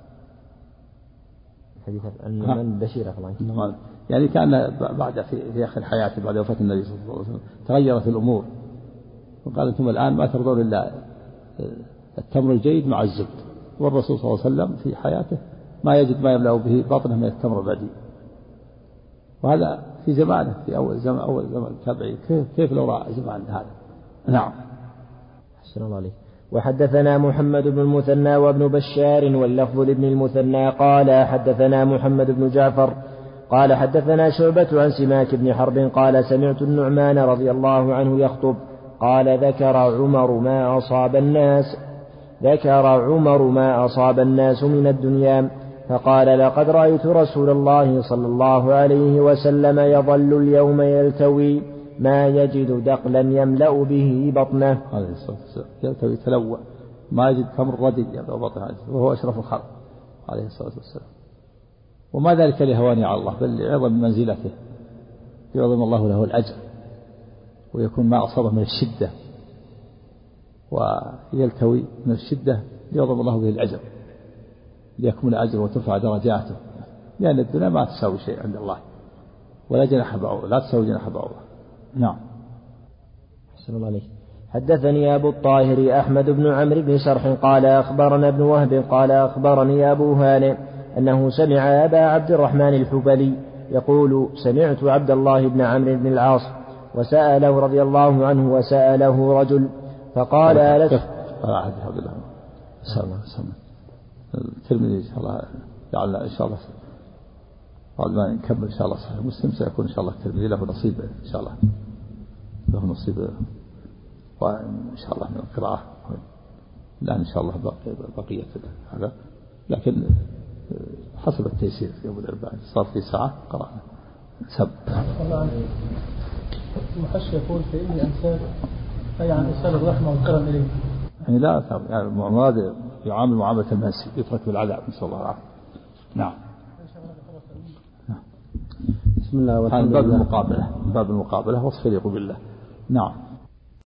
حديث النعمان بشير أخلاق يعني كان بعد في في آخر حياته بعد وفاة النبي صلى الله عليه وسلم تغيرت الأمور، وقال أنتم الآن ما ترضون إلا التمر الجيد مع الزبد، والرسول صلى الله عليه وسلم في حياته ما يجد ما يملأ به بطنه من التمر الرديء. وهذا في زمانه في أول زمان أول زمان تابعي، كيف, كيف لو رأى زمان هذا. نعم. أحسن الله عليك. وحدثنا محمد بن المثنى وابن بشار واللفظ لابن المثنى قال حدثنا محمد بن جعفر قال حدثنا شعبة عن سماك بن حرب قال سمعت النعمان رضي الله عنه يخطب قال ذكر عمر ما أصاب الناس ذكر عمر ما أصاب الناس من الدنيا فقال لقد رأيت رسول الله صلى الله عليه وسلم يظل اليوم يلتوي ما يجد دقلا يملأ به بطنه. عليه الصلاة والسلام يلتوي يتلوى ما يجد تمر رديء يملأ بطنه، وهو أشرف الخلق عليه الصلاة والسلام. وما ذلك لهوانه على الله، بل لعظم منزلته يعظم الله له الأجر، ويكون ما أصابه من الشدة ويلتوي من الشدة يعظم الله به الأجر ليكمل أجره وترفع درجاته، لأن الدنيا ما تساوي شيء عند الله ولا جناح بعوضة، لا تساوي جناح بعوضة. نعم. أحسن الله عليك. حدثني أبو الطاهر أحمد بن عمرو بن سرح قال أخبرنا ابن وهب قال أخبرني أبو هانئ أنه سمع أبا عبد الرحمن الحبلي يقول سمعت عبد الله بن عمرو بن العاص وسأله رضي الله عنه وسأله رجل فقال ألست الترمذي إن شاء الله جعلنا إن شاء الله بعد ما نكمل إن شاء الله صحيح مسلم سيكون إن شاء الله الترمذي له نصيب إن شاء الله له نصيب وإن شاء الله من القراءة الآن إن شاء الله بقية هذا، لكن حسب التيسير في يوم الأربعاء صار في ساعة قرأنا سب. المحشي يقول فإني أنساب أي عن إرسال الرحمة والكرم إليه. يعني لا يعني مراد يعامل معاملة الناس يترك بالعذاب نسأل الله العافية. نعم. بسم الله والحمد لله. باب لله. المقابلة باب المقابلة وصف يليق بالله. نعم.